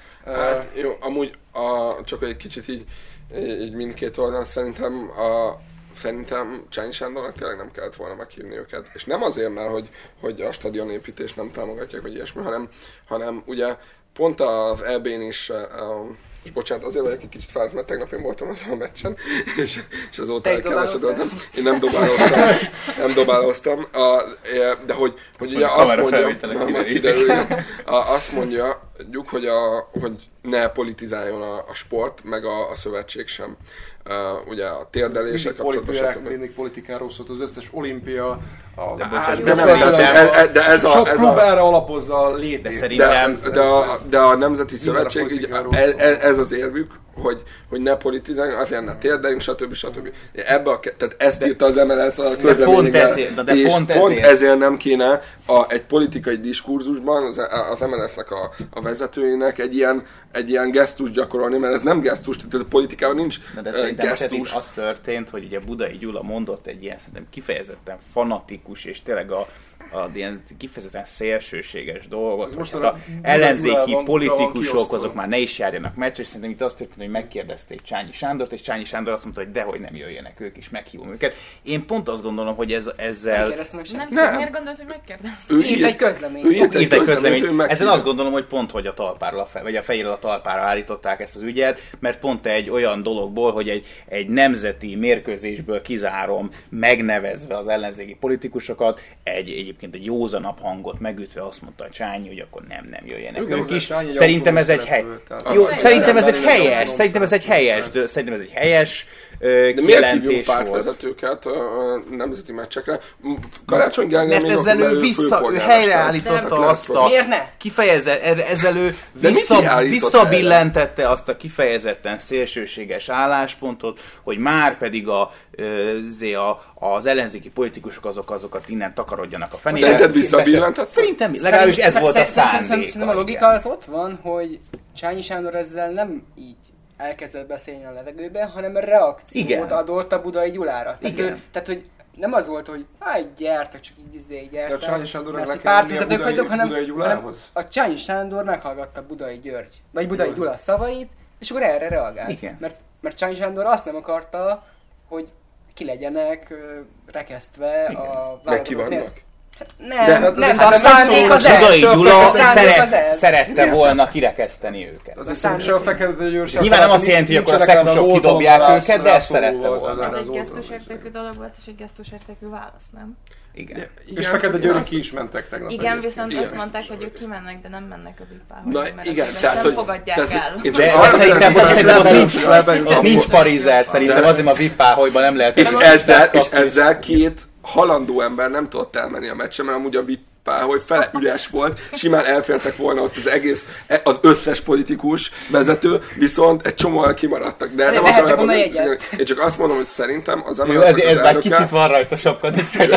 Speaker 3: Hát uh, jó, amúgy a, csak egy kicsit így, így mindkét oldal szerintem a Szerintem Csányi Sándornak tényleg nem kellett volna meghívni őket. És nem azért, mert hogy, hogy a stadionépítést nem támogatják, vagy ilyesmi, hanem, hanem ugye pont az é bén is, uh, és bocsánat, azért vagyok egy kicsit fáradt, mert tegnap én voltam azon a meccsen, és, és azóta elkevesedett. Én nem dobáloztam, nem dobáloztam, a, de hogy, hogy ugye azt mondja, kiderül, azt mondja, hogy, a, hogy ne politizáljon a, a sport, meg a, a szövetség sem. Uh, ugye a térdelések
Speaker 5: kapcsolatban. Mindig politikáról szólt, az összes olimpia, a,
Speaker 2: de,
Speaker 5: á,
Speaker 2: de,
Speaker 5: nem, de,
Speaker 3: de, de ez
Speaker 5: sok
Speaker 3: a, ez
Speaker 5: klub
Speaker 3: a,
Speaker 5: erre alapozza a létét.
Speaker 3: De, de, de, a, de a Nemzeti Szövetség, így, ez, ez az érvük, hogy, hogy ne politizáljunk, azért ne térdeljünk, stb. stb. Ebbe a, tehát ezt írta az em el es a közleményével, és pont, pont ezért. ezért nem kéne a, egy politikai diskurzusban az, az em el es-nek a, a vezetőinek egy ilyen, egy ilyen gesztust gyakorolni, mert ez nem gesztus, tehát a politikában nincs uh, gesztus.
Speaker 2: Az történt, hogy ugye Budai Gyula mondott egy ilyen szerintem kifejezetten fanatikus és tényleg a a ilyen kifejezetten szélsőséges dolgot, most a ellenzéki politikusok azok már ne is járjanak meccsre, és szerintem itt azt történt, hogy megkérdezték Csányi Sándort, és Csányi Sándor azt mondta, hogy dehogy nem jöjjenek ők is, meghívom őket. Én pont azt gondolom, hogy ez, ezzel...
Speaker 4: Nem, nem. Miért gondolod, hogy megkérdezték?
Speaker 1: Ő írt egy közleményt.
Speaker 3: Ő írt egy
Speaker 2: írt egy közleményt. Ezen azt gondolom, hogy pont, hogy a talpáról, vagy a fejéről a talpára állították ezt az ügyet, mert pont egy olyan dologból, hogy egy, egy nemzeti mérkőzésből kizárom, megnevezve az ellenzéki politikusokat, egy, egyébként egy józanabb hangot megütve azt mondta a Csányi, hogy akkor nem, nem jöjjenek ők, ők is. Szerintem ez egy hely... Jó, szerintem ez egy helyes, szerintem ez egy helyes, szerintem ez egy helyes ö,
Speaker 3: de miért hívjunk
Speaker 2: kijelentés volt.
Speaker 3: pártvezetőket a nemzeti meccsekre? Karácsony Gergely
Speaker 2: Mert
Speaker 3: még
Speaker 2: ezzel
Speaker 3: akkor
Speaker 2: ő
Speaker 3: belül
Speaker 2: vissza, ő
Speaker 3: főpolgármester.
Speaker 2: helyreállította
Speaker 1: De-
Speaker 2: azt a
Speaker 1: Miért ne?
Speaker 2: kifejezett, ezzel ő
Speaker 3: De mit
Speaker 2: vissza,
Speaker 3: állított
Speaker 2: visszabillentette azt a kifejezetten szélsőséges álláspontot, hogy már pedig a, ö, a, az ellenzéki politikusok azok azokat innen takarodjanak a fenébe.
Speaker 3: Szerinted visszabillentette?
Speaker 2: Szerintem legalábbis ez volt a szándék.
Speaker 1: Szerintem a logika az ott van, hogy Csányi Sándor ezzel nem így elkezdett beszélni a levegőben, hanem reakciót
Speaker 2: Igen.
Speaker 1: adott a Budai Gyulára. Tehát,
Speaker 2: Igen.
Speaker 1: ő, tehát hogy nem az volt, hogy hát gyertek, csak így izé,
Speaker 5: De a
Speaker 1: gyertek,
Speaker 5: Csányi Sándornak le
Speaker 1: mert ti
Speaker 5: kell menni a
Speaker 1: pártvezetők
Speaker 5: Budai,
Speaker 1: vagytok, hanem,
Speaker 5: Budai
Speaker 1: hanem
Speaker 5: Gyulához?
Speaker 1: a Csányi Sándor meghallgatta Budai György, vagy Budai
Speaker 5: Jó.
Speaker 1: Gyula szavait, és akkor erre reagált.
Speaker 2: Igen.
Speaker 1: Mert, mert Csányi Sándor azt nem akarta, hogy ki legyenek ö, rekesztve
Speaker 2: Igen.
Speaker 1: a
Speaker 3: Meg ki
Speaker 1: válogatott
Speaker 3: vannak.
Speaker 1: Hát nem,
Speaker 3: De-
Speaker 1: nem,
Speaker 3: de
Speaker 1: a
Speaker 5: szerintem
Speaker 1: szándék
Speaker 5: nem
Speaker 1: az
Speaker 5: szól,
Speaker 1: ez.
Speaker 2: Budai Gyula
Speaker 1: A szándék az
Speaker 2: szeret,
Speaker 1: ez.
Speaker 2: szerette volna kirekeszteni őket.
Speaker 5: Azért
Speaker 1: szándék.
Speaker 5: szerintem se a Fekete Győr, se
Speaker 2: Nyilván
Speaker 5: a
Speaker 2: nem azt jelenti, hogy akkor a szekosok kidobják őket, de ezt szerette volna.
Speaker 4: Ez egy gesztus értékű dolog volt, és egy gesztus értékű válasz, nem?
Speaker 2: Igen.
Speaker 5: És Fekete Győrön
Speaker 3: Győr
Speaker 5: ki is mentek tegnap.
Speaker 4: Igen,
Speaker 5: egyébként.
Speaker 4: viszont
Speaker 3: Igen.
Speaker 4: azt mondták, hogy ők kimennek, de nem mennek a Bipához,
Speaker 3: Na,
Speaker 4: mert
Speaker 3: igen,
Speaker 4: azt
Speaker 3: tehát,
Speaker 4: nem
Speaker 3: hogy-
Speaker 4: fogadják
Speaker 3: tehát,
Speaker 4: el.
Speaker 3: én csak
Speaker 2: De,
Speaker 3: arra
Speaker 2: de szerintem, hogy
Speaker 3: szeretném-
Speaker 2: szerintem ott nincs,
Speaker 5: Lebeljük a-
Speaker 2: nincs parizer, szerintem azért a Vippáholyban nem lehet.
Speaker 3: És
Speaker 2: Nem
Speaker 3: ezzel,
Speaker 2: kapni.
Speaker 3: és ezzel két halandó ember nem tudott elmenni a meccsen, mert amúgy a Vippáholy fele üres volt, simán elfértek volna ott az egész, az összes politikus vezető, viszont egy csomóan kimaradtak. De nem
Speaker 1: vehettek
Speaker 3: akarom
Speaker 1: volna
Speaker 3: elmondani,
Speaker 1: jegyet.
Speaker 3: én csak azt mondom, hogy szerintem az
Speaker 2: Jó, ez,
Speaker 3: emelesznek
Speaker 2: ez
Speaker 3: az
Speaker 2: már
Speaker 3: elnöke...
Speaker 2: kicsit van rajta sapka, nincs rajta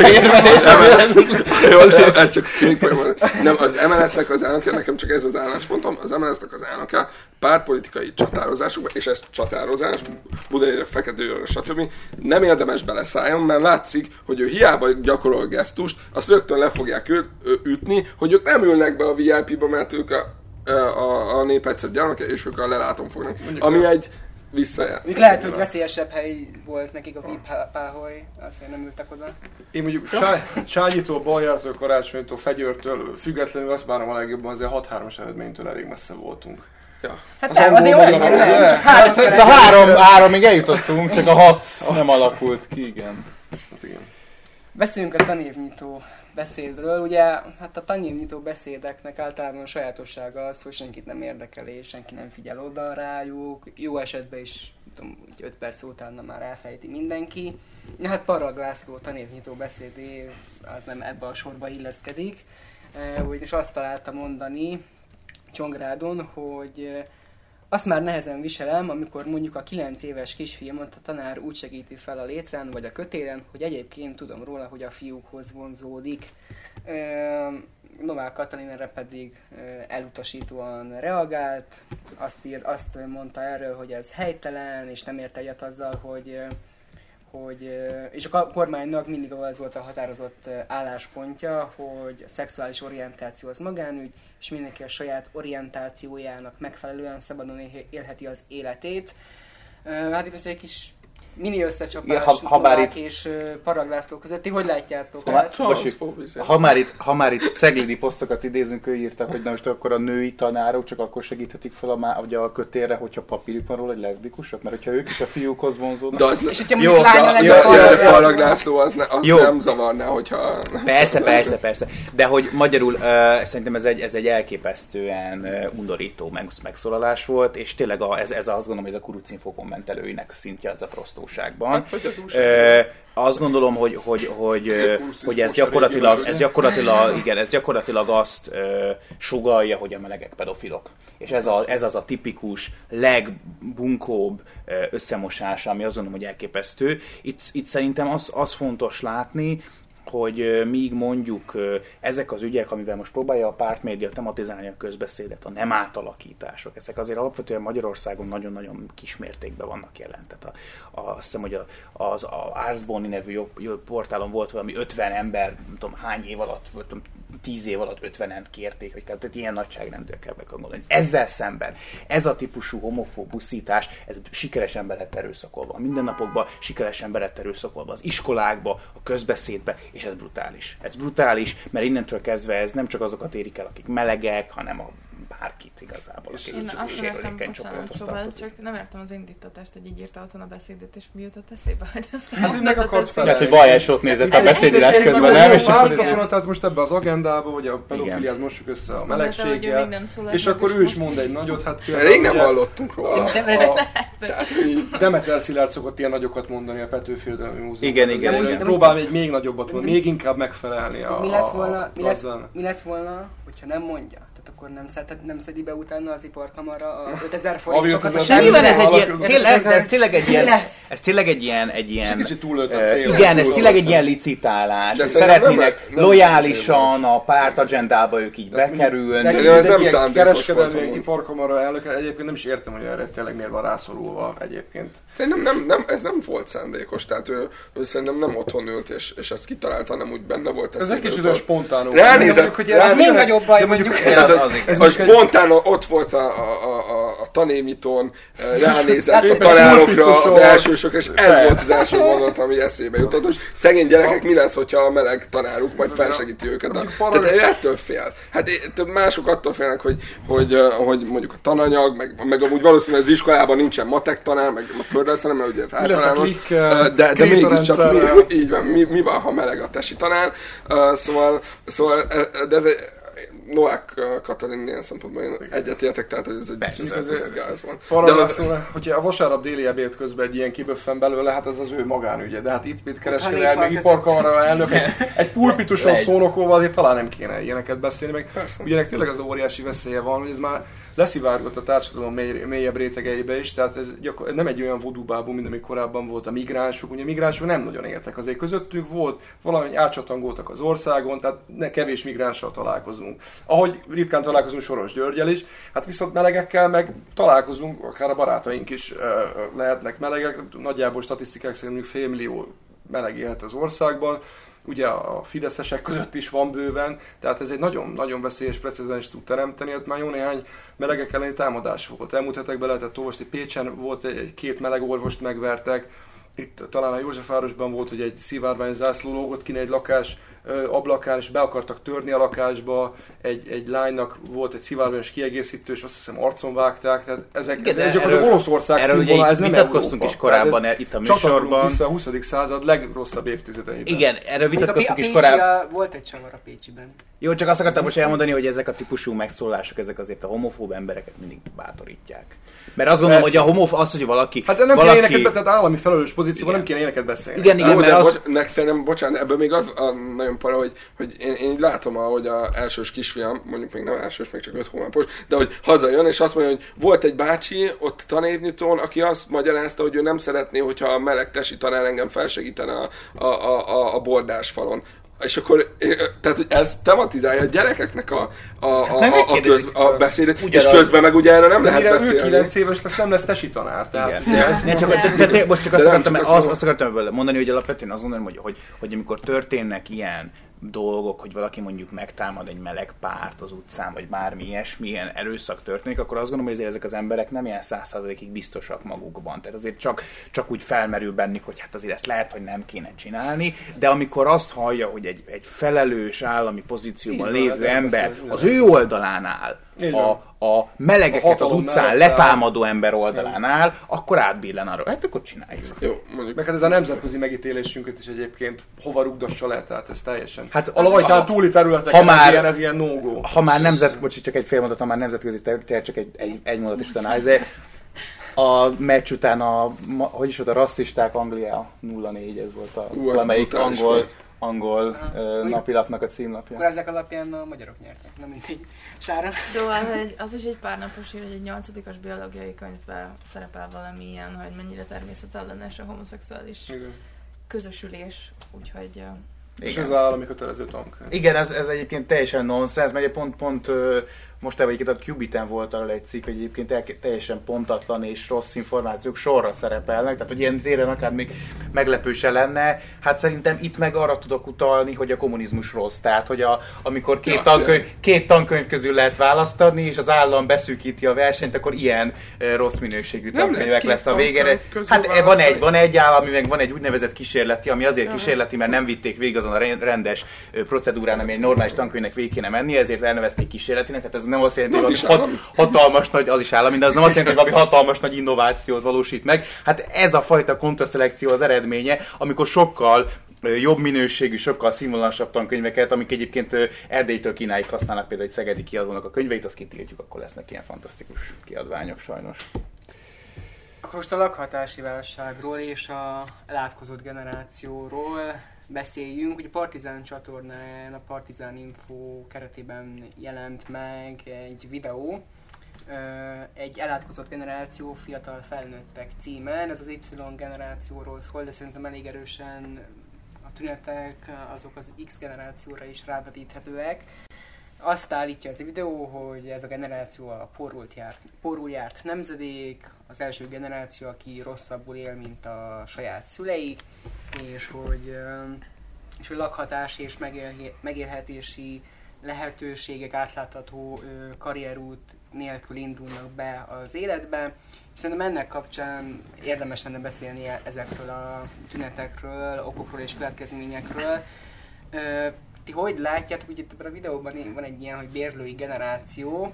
Speaker 3: Jó, nem, ez csak fénypoén. Nem, az em el es-nek az elnöke, nekem csak ez az álláspontom, az em el es-nek az elnöke pártpolitikai csatározásokba, és ez csatározás, Budai, Fekete, stb. Nem érdemes beleszálljon, mert látszik, hogy ő hiába gyakorol gesztust, azt rögtön le fogják ő, ő, ütni, hogy ők nem ülnek be a vé i pé-ba, mert ők a, a, a nép egyszer gyermeke, és ők a leláton fognak. Ami egy visszajár.
Speaker 1: Még lehet, hogy veszélyesebb hely volt nekik a Vippáholy, azért nem ültek oda.
Speaker 5: Én mondjuk Sá- Sányitól, Baljártól, Karácsonytól, Fegyőrtől függetlenül azt bánom a legjobban, azért hat-hármas eredménytől elég messze voltunk.
Speaker 3: Ja.
Speaker 1: Hát
Speaker 5: Az
Speaker 1: nem,
Speaker 5: angol
Speaker 1: azért
Speaker 5: magyar
Speaker 1: olyan
Speaker 5: magyar,
Speaker 1: nem,
Speaker 5: de-
Speaker 1: csak három
Speaker 2: Hát a
Speaker 1: kereső.
Speaker 2: három, háromig eljutottunk, csak a hat nem alakult ki, igen.
Speaker 5: Hát igen.
Speaker 1: Beszéljünk a tanévnyitó beszédről. Ugye, hát a tanévnyitó beszédeknek általában a sajátossága az, hogy senkit nem érdekel és senki nem figyel oda rájuk. Jó esetben is, tudom, öt perc utána már elfejti mindenki. Na hát Parag László tanévnyitó beszédé az nem ebbe a sorba illeszkedik. És azt találta mondani Csongrádon, hogy azt már nehezen viselem, amikor mondjuk a kilenc éves kisfiamat a tanár úgy segíti fel a létrán vagy a kötélen, hogy egyébként tudom róla, hogy a fiúkhoz vonzódik. Novák Katalin erre pedig elutasítóan reagált, azt, ír, azt mondta erről, hogy ez helytelen, és nem ért egyet azzal, hogy, hogy és a kormánynak mindig az volt a határozott álláspontja, hogy a szexuális orientáció az magánügy, és mindenki a saját orientációjának megfelelően szabadon élheti az életét. Hát itt egy kis mini összecsapás
Speaker 2: ha- ha bár
Speaker 1: Novák
Speaker 2: itt-
Speaker 1: és Parag László közötti. Hogy látjátok
Speaker 2: Szóval-
Speaker 1: ezt?
Speaker 2: Bocsik, ha már itt, ha már itt ceglidi posztokat idézünk, ő írta, hogy na most akkor a női tanárok csak akkor segíthetik fel a, má- ugye a kötélre, hogyha papírjuk van róla, hogy leszbikusok, mert hogyha ők is a fiúkhoz vonzódnak.
Speaker 3: De az,
Speaker 1: És hogyha
Speaker 2: Jó,
Speaker 1: mondjuk lánya
Speaker 2: de-
Speaker 1: lenne
Speaker 2: jó,
Speaker 1: a
Speaker 2: jó,
Speaker 1: Parag
Speaker 2: jó,
Speaker 1: László-
Speaker 3: Parag László az, ne, az
Speaker 2: Jó.
Speaker 3: nem zavarná, hogyha...
Speaker 2: Persze, persze, persze. De hogy magyarul uh, szerintem ez egy, ez egy elképesztően uh, undorító meg, megszólalás volt, és tényleg a, ez, ez azt gondolom, hogy ez a Kurucinfo kommentelőinek szintje az a prostóságban.
Speaker 3: Hát, hogy az újság.
Speaker 2: Uh, azt gondolom, hogy, hogy, hogy, uh, hogy ez gyakorlatilag, ez gyakorlatilag, igen, ez gyakorlatilag azt uh, sugallja, hogy a melegek pedofilok. És ez, a, ez az a tipikus, legbunkóbb uh, összemosás, ami azt gondolom, hogy elképesztő. Itt, itt szerintem az, az fontos látni, hogy míg mondjuk ezek az ügyek, amivel most próbálja a pártmédia tematizálni a közbeszédet, a nem átalakítások, ezek azért alapvetően Magyarországon nagyon-nagyon kismértékben vannak jelen. Tehát a, a, azt hiszem, hogy a, az a Arsboni nevű jobb, jobb portálon volt valami ötven ember, nem tudom hány év alatt, vagy tudom, tíz év alatt ötvenen kérték, hogy tehát ilyen nagyságrendűek kell megmondani. Ezzel szemben ez a típusú homofób buszítás, ez sikeresen be lett erőszakolva a mindennapokban, sikeresen be lett erőszakolva az iskolákba, a közbeszédbe, és ez brutális. Ez brutális, mert innentől kezdve ez nem csak azokat érik el, akik melegek, hanem a bárkit igazából,
Speaker 5: És
Speaker 2: aki
Speaker 4: Én azt nem értem,
Speaker 2: sérülékeny
Speaker 4: bocsánat,
Speaker 2: csoporthoz
Speaker 4: szóval
Speaker 2: tartozik.
Speaker 4: csak nem értem az indítatást, hogy így írta otthon a beszédét, és mi jutott eszébe, hogy ezt
Speaker 5: Hát ő meg akart fel.
Speaker 2: Lehet, hogy Vajásot nézett a beszédírás közben, nem? És
Speaker 5: akkor
Speaker 2: akkor
Speaker 5: katona, tehát most ebbe az agendába, hogy a pedofiliát mossuk össze a melegséggel, és akkor ő is mond egy nagyot, hát például...
Speaker 3: Rég nem hallottunk róla.
Speaker 5: Demeter Szilárd szokott ilyen nagyokat mondani a Petőfi Irodalmi Múzeumban.
Speaker 2: Igen, igen,
Speaker 5: Ezért
Speaker 2: igen.
Speaker 5: Próbál még, még nagyobbat mondani, még inkább megfelelni a,
Speaker 1: Mi lett volna,
Speaker 5: a
Speaker 1: mi lett,
Speaker 5: gazdának.
Speaker 1: mi lett volna, hogyha nem mondja? Tehát akkor nem, szed, nem szedi be utána az iparkamara a ötezer forintokat.
Speaker 5: ötezer
Speaker 2: Semmiben ez egy ilyen,
Speaker 5: Alakul-
Speaker 2: tényleg, de ez tényleg egy ilyen,
Speaker 1: lesz?
Speaker 2: ez tényleg egy ilyen, egy ilyen,
Speaker 5: Kicsit túllőtt a
Speaker 2: eh,
Speaker 5: cél.
Speaker 2: igen, ez
Speaker 5: Túl
Speaker 2: tényleg egy
Speaker 5: hosszú.
Speaker 2: ilyen licitálás,
Speaker 3: De
Speaker 2: hogy
Speaker 3: szerintem
Speaker 2: szeretnének
Speaker 3: nem- nem
Speaker 2: lojálisan a párt agendába ők így bekerülni.
Speaker 3: Szerintem ez nem
Speaker 5: Egy ilyen
Speaker 3: szándékos
Speaker 5: kereskedelmi
Speaker 3: volt amúgy.
Speaker 5: iparkamara elnöke, egyébként nem is értem, hogy erre tényleg miért van rászorulva egyébként.
Speaker 3: Szerintem nem, nem, ez nem volt szándékos, tehát ő, ő szerintem nem otthon ült, és, és ezt kitalálta, hanem úgy benne volt.
Speaker 5: Ez egy kicsit olyan
Speaker 3: olyan
Speaker 5: spontán.
Speaker 3: Ránézett,
Speaker 5: hogy
Speaker 3: ránézett-
Speaker 1: Az még nagyobb baj,
Speaker 5: de
Speaker 1: mondjuk.
Speaker 5: mondjuk-
Speaker 2: Az- az igaz.
Speaker 3: A spontán ott volt a, a, a, a, a tanévmitón, ránézett a
Speaker 1: Éppen
Speaker 3: tanárokra, az
Speaker 5: pulpitusról.
Speaker 3: elsősök, és ez volt az első mondat, ami eszébe jutott, hogy szegény gyerekek, mi lesz, hogyha a meleg tanáruk majd felsegíti őket.
Speaker 5: Mondjuk
Speaker 3: Tehát
Speaker 5: paralel-
Speaker 3: ő ettől fél. Hát é- több mások attól félnek, hogy, hogy, ö, hogy mondjuk a tananyag, meg, meg amúgy valószínűleg az iskolában nincsen matek tanár, meg a földrajztanár, mert ugye
Speaker 5: Mi lesz a
Speaker 3: általános,
Speaker 5: klik,
Speaker 3: ö, de, de mégiscsak
Speaker 5: krétarendszerrel?
Speaker 3: mi, így van, mi, mi van, ha meleg a tesi tanár. Uh, szóval, szóval ö, de Novák Katalin ilyen szempontból én egyetértek, tehát ez egy
Speaker 2: Persze.
Speaker 3: ez, ez gáz van.
Speaker 5: Paradoxon, hogyha a vasárnap déli ebéd közben egy ilyen kiböffen belőle, hát ez az ő magánügye. De hát itt mit kereskedelmi iparkamara elnök, egy, egy pulpituson
Speaker 2: Legy.
Speaker 5: szónokolva azért talán nem kéne ilyeneket beszélni. Meg
Speaker 3: Persze.
Speaker 5: ugye ennek tényleg az óriási veszélye van, hogy ez már leszivárgott a társadalom mély, mélyebb rétegeibe is, tehát ez gyakor- nem egy olyan vodubábú, mint ami korábban volt a migránsok. Ugye a migránsok nem nagyon éltek, azért közöttünk volt, valami átcsatangoltak az országon, tehát ne kevés migránssal találkozunk. Ahogy ritkán találkozunk Soros Györgyel is, hát viszont melegekkel meg találkozunk, akár a barátaink is uh, lehetnek melegek, nagyjából statisztikák szerint mondjuk félmillió meleg élhet az országban. Ugye a fideszesek között is van bőven, tehát ez egy nagyon-nagyon veszélyes precedens tud teremteni, ott már jó néhány melegek elleni támadás volt. Elmúlt hetekben lehetett olvasni, Pécsen volt egy, egy két meleg orvost megvertek, itt talán a Józsefvárosban volt, hogy egy szivárvány zászló lógott ki egy lakás ö, ablakán, és be akartak törni a lakásba, egy, egy lánynak volt egy szivárványos kiegészítő, és azt hiszem arcon vágták, tehát ezek,
Speaker 2: Igen,
Speaker 5: ez, ez
Speaker 2: erről-
Speaker 5: gyakorlatilag Oroszország
Speaker 2: erről ugye
Speaker 5: színvonal,
Speaker 2: itt
Speaker 5: ez nem
Speaker 2: vitatkoztunk
Speaker 5: Európa.
Speaker 2: is korábban
Speaker 5: Tehát ez
Speaker 2: itt a
Speaker 5: csatolunk
Speaker 2: műsorban.
Speaker 5: vissza a huszadik század legrosszabb évtizedeiben.
Speaker 2: Igen, erről vitatkoztunk
Speaker 1: a
Speaker 2: is
Speaker 1: Pécsi-
Speaker 2: korábban.
Speaker 1: a- Volt egy csavar a Pécsiben.
Speaker 2: Jó, csak azt akartam most elmondani, hogy ezek a típusú megszólások, ezek azért a homofób embereket mindig bátorítják. Mert azt gondolom,
Speaker 5: Persze.
Speaker 2: hogy a homofób az, hogy valaki...
Speaker 5: Hát de nem
Speaker 2: valaki...
Speaker 5: kéne éneket, tehát állami felelős pozícióban
Speaker 2: Igen.
Speaker 5: nem kéne éneket beszélni.
Speaker 2: Igen, igen,
Speaker 3: Jó,
Speaker 2: mert
Speaker 3: de
Speaker 2: az...
Speaker 3: bocs, nek, szerintem, bocsánat, ebből még az a nagyon para, hogy, hogy én, én így látom, ahogy a elsős kisfiam, mondjuk még nem elsős, még csak öt hónapos, de hogy hazajön, és azt mondja, hogy volt egy bácsi ott tanévnyitón, aki azt magyarázta, hogy ő nem szeretné, hogyha a meleg tesi tanár engem felsegítene a, a, a, a, a bordás falon. És akkor, tehát hogy ez tematizálja a gyerekeknek a, a, a,
Speaker 2: nem
Speaker 3: a, a,
Speaker 2: megkérdezik.
Speaker 3: köz, a beszédet, és
Speaker 2: Ugyanaz.
Speaker 3: közben meg ugye erre nem
Speaker 5: De
Speaker 3: lehet
Speaker 5: mire ő
Speaker 3: beszélni.
Speaker 5: kilenc éves lesz, nem lesz tesi tanár. Tehát
Speaker 2: Igen.
Speaker 5: ugye ez
Speaker 2: Ne, csak, te, te, most csak
Speaker 3: De
Speaker 2: azt
Speaker 3: nem
Speaker 2: akartam,
Speaker 3: csak azt
Speaker 2: azt,
Speaker 3: mondom.
Speaker 2: azt akartam ebből mondani, hogy alapvetően azt gondolom, hogy, hogy, hogy amikor történnek ilyen dolgok, hogy valaki mondjuk megtámad egy meleg párt az utcán, vagy bármi ilyesmi, ilyen erőszak történik, akkor azt gondolom, hogy azért ezek az emberek nem ilyen száz százalékig biztosak magukban. Tehát azért csak, csak úgy felmerül bennük, hogy hát azért ezt lehet, hogy nem kéne csinálni, de amikor azt hallja, hogy egy, egy felelős állami pozícióban
Speaker 5: Így van,
Speaker 2: lévő
Speaker 5: hát
Speaker 2: ember
Speaker 5: beszél,
Speaker 2: az ő oldalán áll,
Speaker 5: Így
Speaker 2: a,
Speaker 5: van.
Speaker 2: a melegeket
Speaker 5: A
Speaker 2: az
Speaker 5: hatalom
Speaker 2: utcán
Speaker 5: mellett
Speaker 2: letámadó ember oldalán áll, akkor átbillen arra. Hát akkor csináljuk.
Speaker 3: Jó, mondjuk.
Speaker 5: meg hát ez a nemzetközi megítélésünket is egyébként hova rugdassa le, tehát ez teljesen.
Speaker 2: Hát
Speaker 5: A Lajtán
Speaker 2: ha-
Speaker 5: túli területeken
Speaker 2: ha már-
Speaker 5: ez ilyen, ez ilyen no-go.
Speaker 2: Ha már nemzet, bocsi, csak egy fél mondat, ha már nemzetközi terület, csak egy, egy, egy mondat is utána. Ez a meccs után a, ma- hogy is volt, a rasszisták Anglia nulla négy, ez volt a
Speaker 3: Ú, ez
Speaker 2: valamelyik
Speaker 3: brutális
Speaker 2: angol,
Speaker 3: volt.
Speaker 2: angol ö, napilapnak a címlapja.
Speaker 1: Akkor ezek alapján a magyarok nyertek, nem mindig. Sára?
Speaker 4: Szóval, hogy az is egy pár napos ír, hogy egy nyolcadikos biológiai könyvben szerepel valami ilyen, hogy mennyire természetellenes a homoszexuális
Speaker 5: Igen.
Speaker 4: közösülés, úgyhogy... uh,
Speaker 5: És
Speaker 2: Igen.
Speaker 5: ez az állami kötelező tankönyv.
Speaker 2: Igen, ez, ez egyébként teljesen nonsens, mert pont, pont ö, most egyébként a Qubiten volt arra egy cikk, hogy egyébként el, teljesen pontatlan és rossz információk sorra szerepelnek, tehát hogy ilyen téren akár még meglepő se lenne. Hát szerintem itt meg arra tudok utalni, hogy a kommunizmus rossz, tehát hogy a, amikor két,
Speaker 3: Ja,
Speaker 2: tankönyv, két tankönyv közül lehet választani, és az állam beszűkíti a versenyt, akkor ilyen ö, rossz minőségű
Speaker 3: Nem lehet
Speaker 2: tankönyvek
Speaker 3: két
Speaker 2: lesz a végére.
Speaker 3: tankönyv közül
Speaker 2: Hát van
Speaker 3: választani.
Speaker 2: egy, van egy állami, meg van egy úgynevezett kísérleti, ami azért kísérleti, mert nem vitték végig azon a rendes ö, procedúrán, ami egy normális tankönyvnek végig kéne menni, ezért elnevezték kísérletinek, tehát ez ez nem azt jelenti,
Speaker 3: Az
Speaker 2: hogy
Speaker 3: is
Speaker 2: hat,
Speaker 3: állami.
Speaker 2: hatalmas nagy, az is állami, de az nem azt jelenti, hogy valami hatalmas nagy innovációt valósít meg. Hát ez a fajta kontraszelekció az eredménye, amikor sokkal jobb minőségű, sokkal színvonalasabb tankönyveket, amik egyébként Erdélytől Kínáig használnak, például egy szegedi kiadónak a könyveit, azt kitiltjuk, akkor lesznek ilyen fantasztikus kiadványok sajnos.
Speaker 1: Akkor most a lakhatási válságról és a elátkozott generációról beszéljünk. Ugye a Partizán csatornán, a Partizán Info keretében jelent meg egy videó, egy elátkozott generáció, fiatal felnőttek címen. Ez az Y generációról szól, de szerintem elég erősen a tünetek azok az X generációra is rávetíthetőek. Azt állítja ez a videó, hogy ez a generáció a porult járt, porul járt nemzedék, az első generáció, aki rosszabbul él, mint a saját szülei, és hogy, és hogy lakhatási és megélhetési lehetőségek, átlátható karrierút nélkül indulnak be az életbe. Szerintem ennek kapcsán érdemes lenne beszélni ezekről a tünetekről, okokról és következményekről. Ti hogy látjátok, ugye ebben a videóban van egy ilyen, hogy bérlői generáció.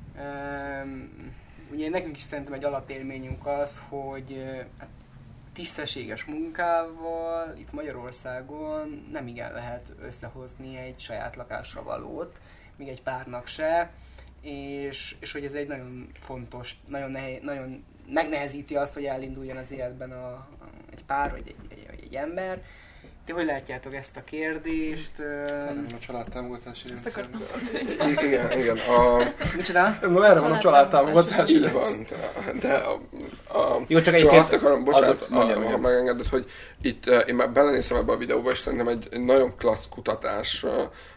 Speaker 1: Ugye nekünk is szerintem egy alapélményünk az, hogy tisztességes munkával itt Magyarországon nem igen lehet összehozni egy saját lakásra valót, még egy párnak se, és, és hogy ez egy nagyon fontos, nagyon, nehéz, nagyon megnehezíti azt, hogy elinduljon az életben a, a, egy pár vagy egy, egy, egy, egy ember. Ti hogy látjátok ezt a kérdést?
Speaker 5: A családtámogatási rendszer.
Speaker 3: Igen, igen. A...
Speaker 1: Micsoda?
Speaker 5: Na erre van a családtámogatási
Speaker 3: Így
Speaker 5: rendszer.
Speaker 3: van, de a, a,
Speaker 2: Jó, csak
Speaker 3: csak
Speaker 2: egy
Speaker 3: azt akarom, bocsánat,
Speaker 2: adott, mondjam,
Speaker 3: a, ha
Speaker 2: mondjam.
Speaker 3: megengeded, hogy itt én már belenéztem ebbe a videóba, és szerintem egy, egy nagyon klassz kutatás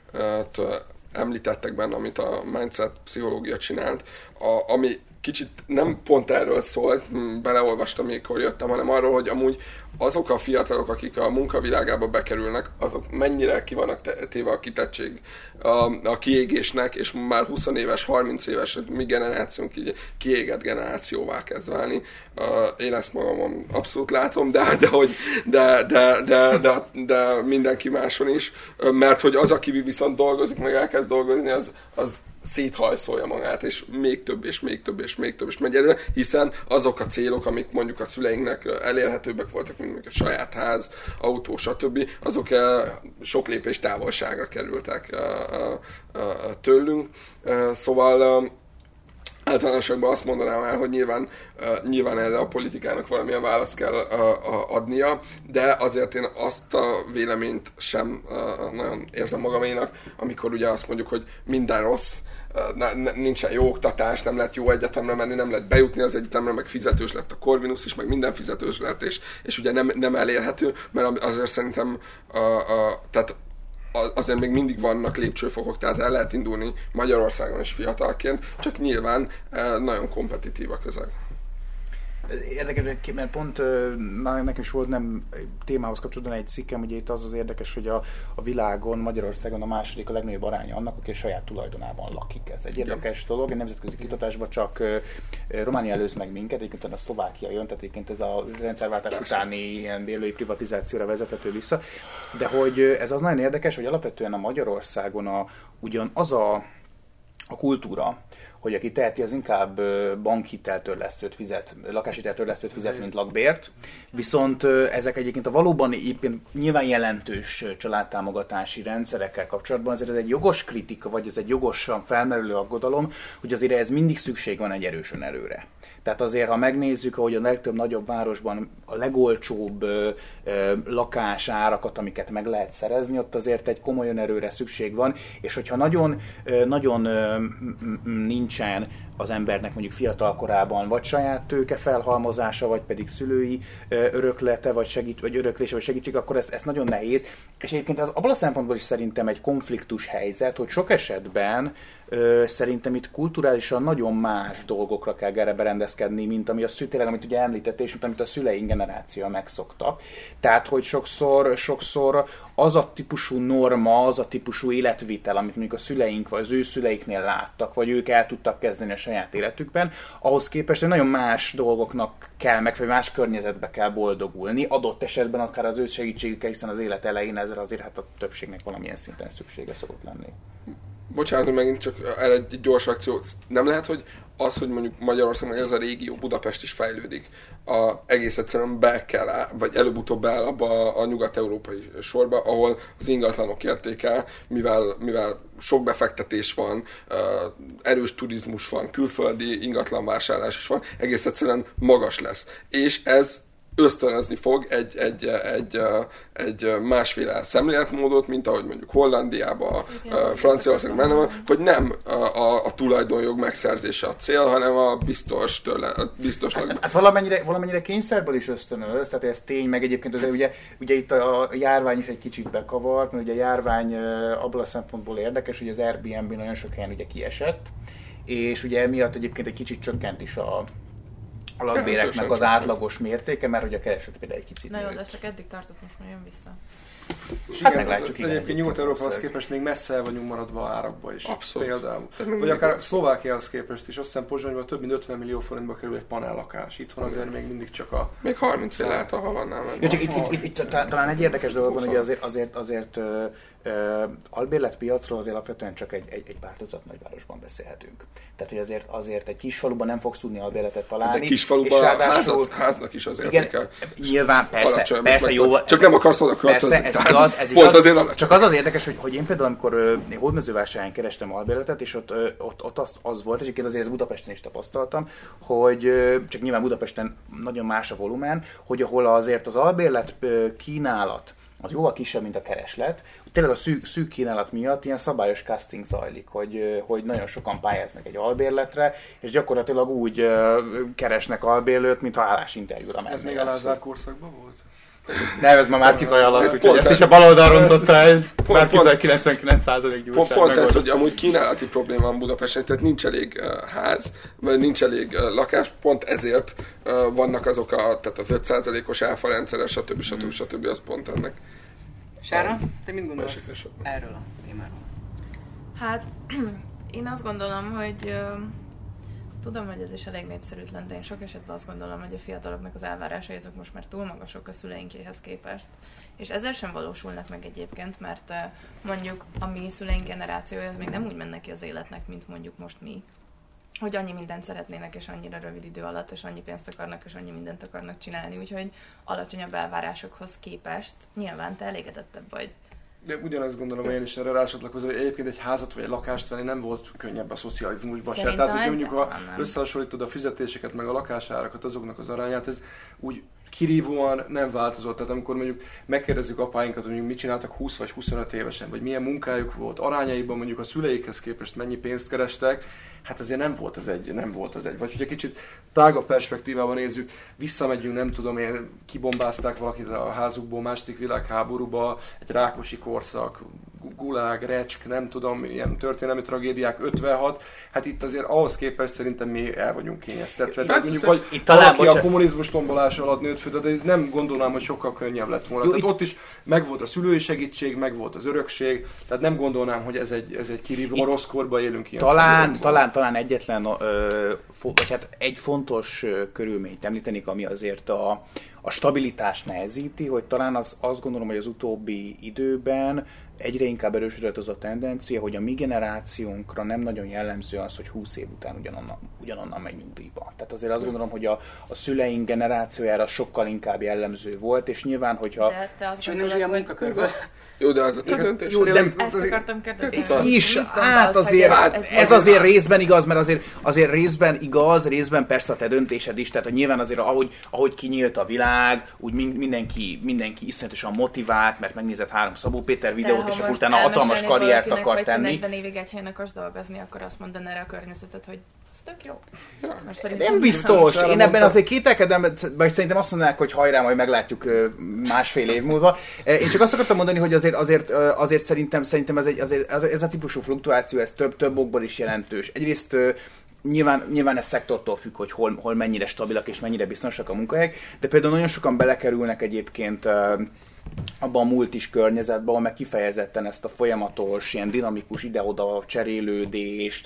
Speaker 3: említettek benne, amit a Mindset pszichológia csinált, a, ami kicsit nem pont erről szólt, beleolvastam, mikor jöttem, hanem arról, hogy amúgy azok a fiatalok, akik a munkavilágába bekerülnek, azok mennyire ki vannak téve a kitettség, a, a kiégésnek, és már húsz éves, harminc éves, mi generációnk így kiégett generációvá kezd válni. Én ezt magamon abszolút látom, de, de, hogy, de, de, de, de, de mindenki máson is, mert hogy az, aki viszont dolgozik, meg elkezd dolgozni, az, az széthajszolja magát, és még több, és még több, és még több, és megy előre, hiszen azok a célok, amik mondjuk a szüleinknek elérhetőbbek voltak, mint mondjuk a saját ház, autó, stb., azok sok lépés távolságra kerültek tőlünk. Szóval általánosságban azt mondanám el, hogy nyilván, uh, nyilván erre a politikának valamilyen választ kell uh, uh, adnia, de azért én azt a véleményt sem uh, nagyon érzem magaménak, amikor ugye azt mondjuk, hogy minden rossz, uh, ne, ne, nincsen jó oktatás, nem lehet jó egyetemre menni, nem lehet bejutni az egyetemre, meg fizetős lett a Corvinus is, meg minden fizetős lett, és, és ugye nem, nem elérhető, mert azért szerintem uh, uh, tehát azért még mindig vannak lépcsőfokok, tehát el lehet indulni Magyarországon is fiatalként, csak nyilván nagyon kompetitív a közeg.
Speaker 2: Érdekes, mert pont már nekem is volt nem témához kapcsolatban egy cikkem, ugye itt az az érdekes, hogy a, a világon, Magyarországon a második a legnagyobb aránya annak, aki a saját tulajdonában lakik. Ez egy érdekes dolog, egy nemzetközi kutatásban csak Románia előz meg minket, egyébként a Szlovákia jön, tehát egyébként ez a rendszerváltás Persze. utáni ilyen bérlői privatizációra vezethető vissza. De hogy ez az nagyon érdekes, hogy alapvetően a Magyarországon a, ugyan az a, a kultúra, hogy aki teheti, az inkább bankhiteltörlesztőt fizet, lakáshiteltörlesztőt fizet, mint lakbért. Viszont ezek egyébként a valóban éppen nyilván jelentős családtámogatási rendszerekkel kapcsolatban azért ez egy jogos kritika, vagy ez egy jogosan felmerülő aggodalom, hogy azért ez mindig szükség van egy erős önerőre. Tehát azért, ha megnézzük, ahogy a legtöbb nagyobb városban a legolcsóbb ö, ö, lakásárakat, amiket meg lehet szerezni, ott azért egy komoly önerőre szükség van, és hogyha nagyon, ö, nagyon ö, nincsen az embernek mondjuk fiatal korában vagy saját tőke felhalmozása, vagy pedig szülői ö, öröklete, vagy, segít, vagy öröklése, vagy segítség, akkor ez, ez nagyon nehéz. És egyébként az abban a szempontból is szerintem egy konfliktus helyzet, hogy sok esetben Ö, szerintem itt kulturálisan nagyon más dolgokra kell erre berendezkedni, mint ami a szütényleg, amit ugye említett, és mint amit a szüleink generáció megszoktak. Tehát, hogy sokszor, sokszor az a típusú norma, az a típusú életvitel, amit mondjuk a szüleink vagy az ő szüleiknél láttak, vagy ők el tudtak kezdeni a saját életükben, ahhoz képest nagyon más dolgoknak kell meg, vagy más környezetbe kell boldogulni, adott esetben akár az ő segítségükkel, hiszen az élet elején ezzel azért hát a többségnek valamilyen szinten szüksége szokott lenni.
Speaker 3: Bocsánat, hogy megint csak el egy gyors akció. Nem lehet, hogy az, hogy mondjuk Magyarország, ez a régió, Budapest is fejlődik, a, egész egyszerűen be kell, áll, vagy előbb-utóbb beáll abba a, a nyugat-európai sorba, ahol az ingatlanok értéke, mivel, mivel sok befektetés van, erős turizmus van, külföldi ingatlanvásárlás is van, egész egyszerűen magas lesz. És ez ösztönözni fog egy, egy, egy, egy másféle szemléletmódot, mint ahogy mondjuk Hollandiában, Franciaországban benne van, hogy nem a, a, a tulajdonjog megszerzése a cél, hanem a biztos tőle, biztos
Speaker 2: Hát, hát valamennyire, valamennyire kényszerből is ösztönöz, tehát ez tény, meg egyébként azért ugye, ugye itt a járvány is egy kicsit bekavart, mert ugye a járvány abból a szempontból érdekes, hogy az Airbnb nagyon sok helyen ugye kiesett, és ugye emiatt egyébként egy kicsit csökkent is a a lakbéreknek az átlagos mértéke, mert hogy a kereslet például egy kicsit
Speaker 4: Na jó, de ez csak eddig tartott, most már jön vissza.
Speaker 5: És
Speaker 2: Hát
Speaker 5: igen,
Speaker 2: meglátjuk, igen,
Speaker 5: egyébként Nyugat-Európához
Speaker 2: valószínűleg.
Speaker 5: képest még messze el vagyunk maradva árakba is.
Speaker 3: Abszolút.
Speaker 5: Például.
Speaker 3: Tehát
Speaker 5: Vagy akár Szlovákiához képest is, azt hiszem Pozsonyban több mint ötven millió forintba kerül egy panellakás. Itthon azért még mindig csak a...
Speaker 3: Még harminc év lehet a havannál menni.
Speaker 2: Ja, csak itt, itt, itt, itt talán egy érdekes dolog van, hogy azért, azért, azért ö, ö, albérletpiacról azért alapvetően csak egy, egy, egy pár tucat nagyvárosban beszélhetünk. Tehát, hogy azért, azért egy kis faluban nem fogsz tudni albérletet találni.
Speaker 3: De kis faluban ráadásul... háznak is az értéke.
Speaker 2: Nyilván, persze, persze jó.
Speaker 3: Csak nem akarsz oda költözni.
Speaker 2: Persze, ez igaz, ez igaz. Azért csak az az érdekes, hogy, hogy én például, amikor Hódmezővásárhelyen kerestem albérletet, és ott, ott, ott az, az volt, és egyébként azért ezt Budapesten is tapasztaltam, hogy csak nyilván Budapesten nagyon más a volumen, hogy ahol azért az albérlet kínálat az jóval kisebb, mint a kereslet. Tényleg a szűk, szűk kínálat miatt ilyen szabályos casting zajlik, hogy, hogy nagyon sokan pályáznak egy albérletre, és gyakorlatilag úgy keresnek albérlőt, mintha állásinterjúra mennél.
Speaker 5: Ez még a Lázár korszakban volt?
Speaker 2: Nem, ez ma már kizajalatt, úgyhogy ezt is a baloldal rontotta el, már kizaj kilencvenkilenc százalék gyurcsány.
Speaker 3: Pont ez, hogy amúgy kínálati probléma van Budapesten, tehát nincs elég uh, ház, vagy nincs elég uh, lakás, pont ezért uh, vannak azok a, tehát a öt százalékos áfa rendszere, stb. stb. stb. Az pont ennek.
Speaker 1: Sára, te mit gondolsz
Speaker 3: Másik
Speaker 1: erről a témáról?
Speaker 4: Hát, én azt gondolom, hogy uh, tudom, hogy ez is elég népszerűtlen, de én sok esetben azt gondolom, hogy a fiataloknak az elvárásai azok most már túl magasok a szüleinkéhez képest. És ezzel sem valósulnak meg egyébként, mert uh, mondjuk a mi szüleink generációja az még nem úgy mennek ki az életnek, mint mondjuk most mi. Hogy annyi mindent szeretnének, és annyira rövid idő alatt, és annyi pénzt akarnak, és annyi mindent akarnak csinálni, úgyhogy alacsonyabb elvárásokhoz képest nyilván te elégedettebb vagy.
Speaker 5: De ugyanazt gondolom, én is erre rácsatlakozom, hogy egyébként egy házat vagy egy lakást venni nem volt könnyebb a szocializmusban se. Tehát, hogy mondjuk, ha összehasonlítod a fizetéseket, meg a lakásárakat, azoknak az arányát, ez úgy kirívóan nem változott. Tehát amikor mondjuk megkérdezzük apáinkat, hogy mondjuk mit csináltak húsz vagy huszonöt évesen, vagy milyen munkájuk volt, arányaiban mondjuk a szüleikhez képest mennyi pénzt kerestek, hát azért nem volt az egy, nem volt az egy. Vagy hogyha kicsit tágabb perspektívában nézzük, visszamegyünk, nem tudom én, kibombázták valakit a házukból második világháborúba, egy rákosi korszak, gulág, recsk, nem tudom, ilyen történelmi tragédiák, ötvenhat, hát itt azért ahhoz képest szerintem mi el vagyunk kényeztetve. Tehát mondjuk, hogy itt talán valaki a kommunizmus tombolása alatt nőtt föl, de nem gondolnám, hogy sokkal könnyebb lett volna. Jó, tehát itt... ott is megvolt a szülői segítség, megvolt az örökség, tehát nem gondolnám, hogy ez egy, ez egy kirívó rossz korban élünk ilyen.
Speaker 2: Talán, talán, talán egyetlen, ö, fo- vagy hát egy fontos ö, körülményt említenik, ami azért a, a stabilitást nehezíti, hogy talán az, azt gondolom, hogy az utóbbi időben egyre inkább erősödött az a tendencia, hogy a mi generációnkra nem nagyon jellemző az, hogy húsz év után ugyanonnan, ugyanonnan megy nyugdíjba. Tehát azért azt gondolom, hogy a, a szüleink generációjára sokkal inkább jellemző volt, és nyilván, hogyha...
Speaker 4: De te azt
Speaker 1: és nem is olyan munkakörben.
Speaker 3: Jó, de az a te döntés.
Speaker 2: Jó, de
Speaker 4: ezt akartam kérdezni.
Speaker 2: Ez is, hát azért, ez, ez azért részben igaz, mert azért, azért részben igaz, részben persze a te döntésed is, tehát nyilván azért ahogy, ahogy kinyílt a világ, úgy mindenki, mindenki iszonyatosan motivált, mert megnézett három Szabó Péter videót, és akkor utána hatalmas karriert akar tenni.
Speaker 4: Vagy negyven évig egy helyen akarsz dolgozni, akkor azt mondaná erre a környezetet, hogy ez tök jó.
Speaker 3: Ja.
Speaker 2: Nem biztos, én ebben azért kételkedem, vagy szerintem azt mondanák, hogy hajrá, majd meglátjuk másfél év múlva. Én csak azt akartam mondani, hogy azért, azért, azért szerintem, szerintem ez, egy, azért, ez a típusú fluktuáció, ez több, több okból is jelentős. Egyrészt Nyilván, nyilván ez szektortól függ, hogy hol, hol mennyire stabilak és mennyire biztosak a munkahelyek, de például nagyon sokan belekerülnek egyébként abban a multis környezetben, ahol meg kifejezetten ezt a folyamatos, ilyen dinamikus ide-oda cserélődést,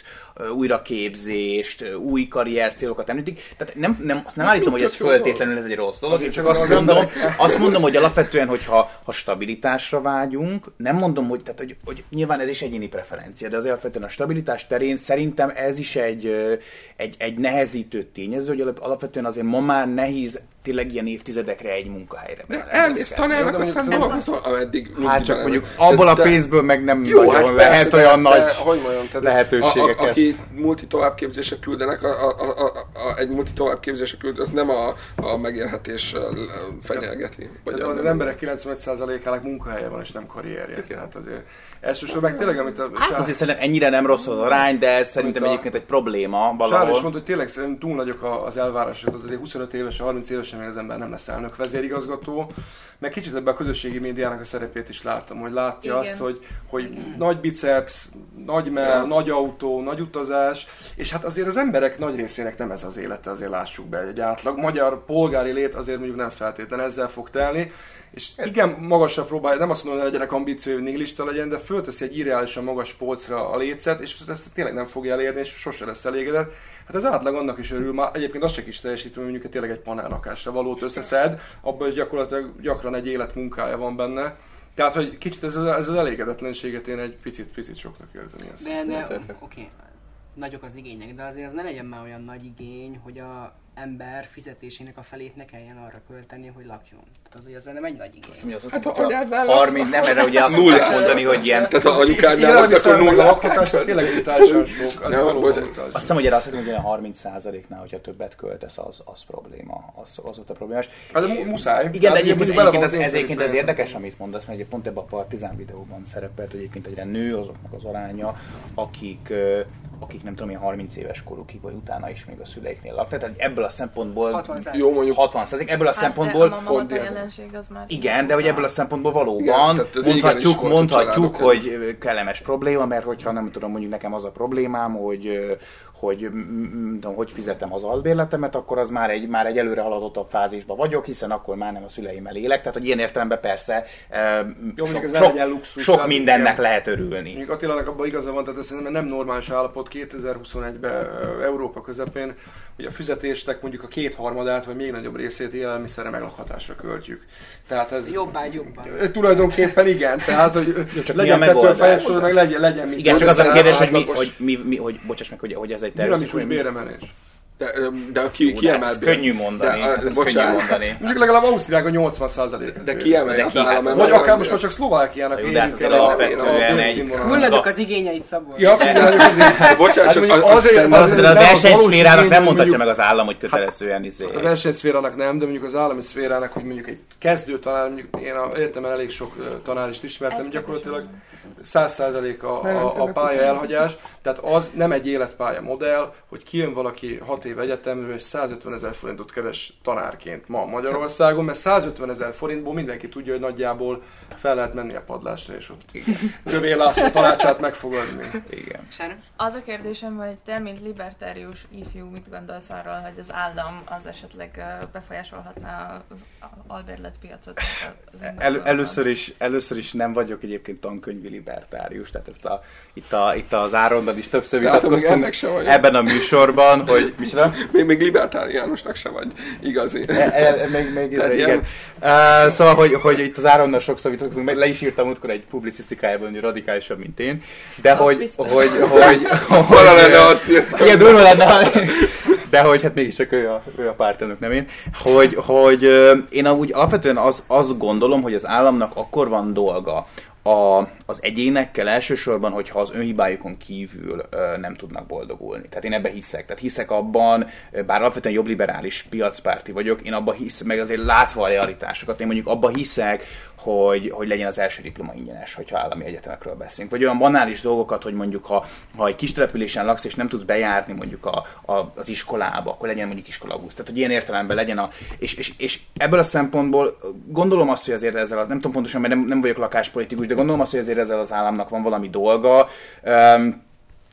Speaker 2: újraképzést, új karriercélokat említik. Tehát nem, nem, azt nem állítom, hogy ez föltétlenül ez egy rossz dolog, én csak azt mondom, azt mondom, hogy alapvetően, hogyha ha stabilitásra vágyunk, nem mondom, hogy, tehát, hogy, hogy nyilván ez is egyéni preferencia, de azért alapvetően a stabilitás terén szerintem ez is egy, egy, egy nehezítő tényező, hogy alapvetően azért ma már nehéz tényleg ilyen évtizedekre egy munkahelyre.
Speaker 3: De elmész tanárnak, aztán dolgozol, ameddig...
Speaker 2: Hát csak mondjuk abból a pénzből meg nem jó, nagyon hát lehet persze, olyan de, nagy de, hogy mondjam, lehetőségeket.
Speaker 3: A, a, aki multi továbbképzésre küldenek, a, a, a, a, egy multi továbbképzésre küld, az nem a, a megélhetés fenyelgeti.
Speaker 5: Vagy az, az emberek kilencvenöt százalékának munkahelye van, és nem karrierje. Tehát azért elsősorban meg tényleg, amit a...
Speaker 2: Hát Sár... azért szerintem ennyire nem rossz az arány, de ez szerintem egyébként egy probléma valahol.
Speaker 5: Sár is mondta, hogy tényleg szerintem túl nagyok az elvárások. Azért huszonöt éves, harminc évesen még az ember nem lesz elnök vezérigazgató. Meg kicsit ebben a közösségi médiának a szerepét is láttam, hogy látja igen. azt, hogy, hogy nagy biceps, nagy mell, ja. nagy autó, nagy utazás, és hát azért az emberek nagy részének nem ez az élete, azért lássuk be, egy átlag magyar polgári lét azért mondjuk nem feltétlenül ezzel fog telni, és igen, magasra próbálja, nem azt mondom, hogy legyenek ambíció, hogy nihilista legyen, de fölteszi egy irreálisan magas polcra a lécet, és ezt tényleg nem fogja elérni, és sose lesz elégedett. Hát az átlag annak is örül, már egyébként azt csak is teljesítő, hogy mondjuk tényleg egy panelnakásra valót összeszed, abban is gyakorlatilag gyakran egy életmunkája van benne. Tehát, hogy kicsit ez az, ez az elégedetlenséget én egy picit-picit soknak érzeni.
Speaker 1: De, de oké, okay. Nagyok az igények, de azért az ne legyen már olyan nagy igény, hogy a ember fizetésének a felét ne kelljen arra költeni, hogy lakjon. Tehát azért az nem egy nagy igény.
Speaker 2: Azt hát ha anyádnál harminc, nem erre ugye azt nulla mondani, hogy ilyen...
Speaker 3: Tehát az anyukádnál az akkor nulla.
Speaker 5: A lakhatás, ez tényleg brutálisan sok.
Speaker 2: Azt hiszem, hogy erre azt mondom, hogy olyan harminc százaléknál, hogyha többet költesz, az, az probléma. Az, az ott a problémás.
Speaker 5: Hát muszáj.
Speaker 2: Igen, de egyébként, egyébként, ez, ez, egyébként ez érdekes, amit mondasz, mert pont ebben a Partizán videóban szerepelt, hogy egyébként egyre nő azoknak az aránya, akik akik nem tudom, ilyen harminc éves korukig vagy utána is még a szüleiknél laknak. Tehát ebből a szempontból
Speaker 3: jó, mondjuk
Speaker 2: hatvan százalék, ebből a hát szempontból
Speaker 4: a mamata jelenség az már
Speaker 2: igen, de hogy ebből a szempontból valóban igen, mondhatjuk, mondhatjuk hogy kellemes probléma, mert hogyha nem tudom, mondjuk nekem az a problémám, hogy hogy tudom, hogy fizetem az albérletemet, akkor az már egy, már egy előre haladottabb fázisban vagyok, hiszen akkor már nem a szüleimmel élek. Tehát, hogy ilyen értelemben persze
Speaker 5: jó,
Speaker 2: sok,
Speaker 5: sok,
Speaker 2: luxus, sok mindennek igen. lehet örülni.
Speaker 5: Mondjuk Attilának abban igaza van, tehát ez szerintem nem normális állapot kétezer-huszonegyben Európa közepén, hogy a fizetésnek mondjuk a kétharmadát, vagy még nagyobb részét élelmiszerre meg lakhatásra költjük. Tehát ez...
Speaker 1: Jobbá, jobbá.
Speaker 5: Tulajdonképpen igen, tehát hogy legyen kettő fejlesztő, meg legyen, legyen mit.
Speaker 2: Igen, csak az a kérdés, hogy, mi, hogy, mi, mi, hogy bocsáss meg, hogy, hogy ez egy
Speaker 5: természetes bérremelés.
Speaker 3: De, de ki, kiemel...
Speaker 2: Ez könnyű mondani. De, ez könnyű mondani.
Speaker 5: Mondjuk legalább Ausztriában nyolcvan százalék.
Speaker 3: De kiemel az állam.
Speaker 5: Vagy akár most már csak Szlovákiának
Speaker 2: érjük el alapvetően egy...
Speaker 1: Hulladok az igényeit, Szabolcs.
Speaker 5: Ja, hulladok az igényeit.
Speaker 3: Bocsánat, csak
Speaker 2: azért... De a versenyszférának nem mondhatja meg az állam, hogy kötelezően izé.
Speaker 5: A versenyszférának nem, de mondjuk az állami szférának, hogy mondjuk egy kezdő tanár, mondjuk én egyetemen elég sok tanárist ismertem, gyakorlatilag száz százalék a, a, a pálya elhagyás, tehát az nem egy életpálya modell, hogy kijön valaki hat év egyetemről és százötven ezer forintot keres tanárként ma Magyarországon, mert százötven ezer forintból mindenki tudja, hogy nagyjából fel lehet menni a padlásra, és ott Kövér László tanácsát megfogadni.
Speaker 2: Igen.
Speaker 4: Az a kérdésem, hogy te, mint libertárius ifjú, mit gondolsz arról, hogy az állam az esetleg befolyásolhatná az albérletpiacot? Az
Speaker 2: El, először, is, először is nem vagyok egyébként tankönyvi libertárius, tehát ezt a, itt, a, itt az Árondon is többször vitatkoztunk ebben a műsorban, hogy...
Speaker 3: Még, még libertáriánusnak se vagy igazi.
Speaker 2: E, e, még, még ez, igen. Uh, szóval, hogy, hogy itt az Áronnal sokszor vitatkozunk, meg le is írtam múltkor egy publicisztikájában, hogy radikálisabb, mint én, de az hogy... hogy, hogy, hogy, hogy
Speaker 3: lenne azt írtam.
Speaker 2: Igen, durva lenne, de hogy hát mégiscsak ő a, ő a pártelnök, nem én. Hogy, hogy én úgy alapvetően az, azt gondolom, hogy az államnak akkor van dolga a, az egyénekkel elsősorban, hogyha az önhibájukon kívül ö, nem tudnak boldogulni. Tehát én ebben hiszek. Tehát hiszek abban, bár alapvetően jobb-liberális piacpárti vagyok, én abban hiszek, meg azért látva a realitásokat, én mondjuk abban hiszek, hogy, hogy legyen az első diploma ingyenes, hogyha állami egyetemekről beszélünk. Vagy olyan banális dolgokat, hogy mondjuk ha, ha egy kis településen laksz, és nem tudsz bejárni mondjuk a, a, az iskolába, akkor legyen mondjuk iskolabusz. Tehát, hogy ilyen értelemben legyen a... És, és, és ebből a szempontból gondolom azt, hogy azért ezzel, nem tudom pontosan, mert nem, nem vagyok lakáspolitikus, de gondolom azt, hogy azért ezzel az államnak van valami dolga. Um,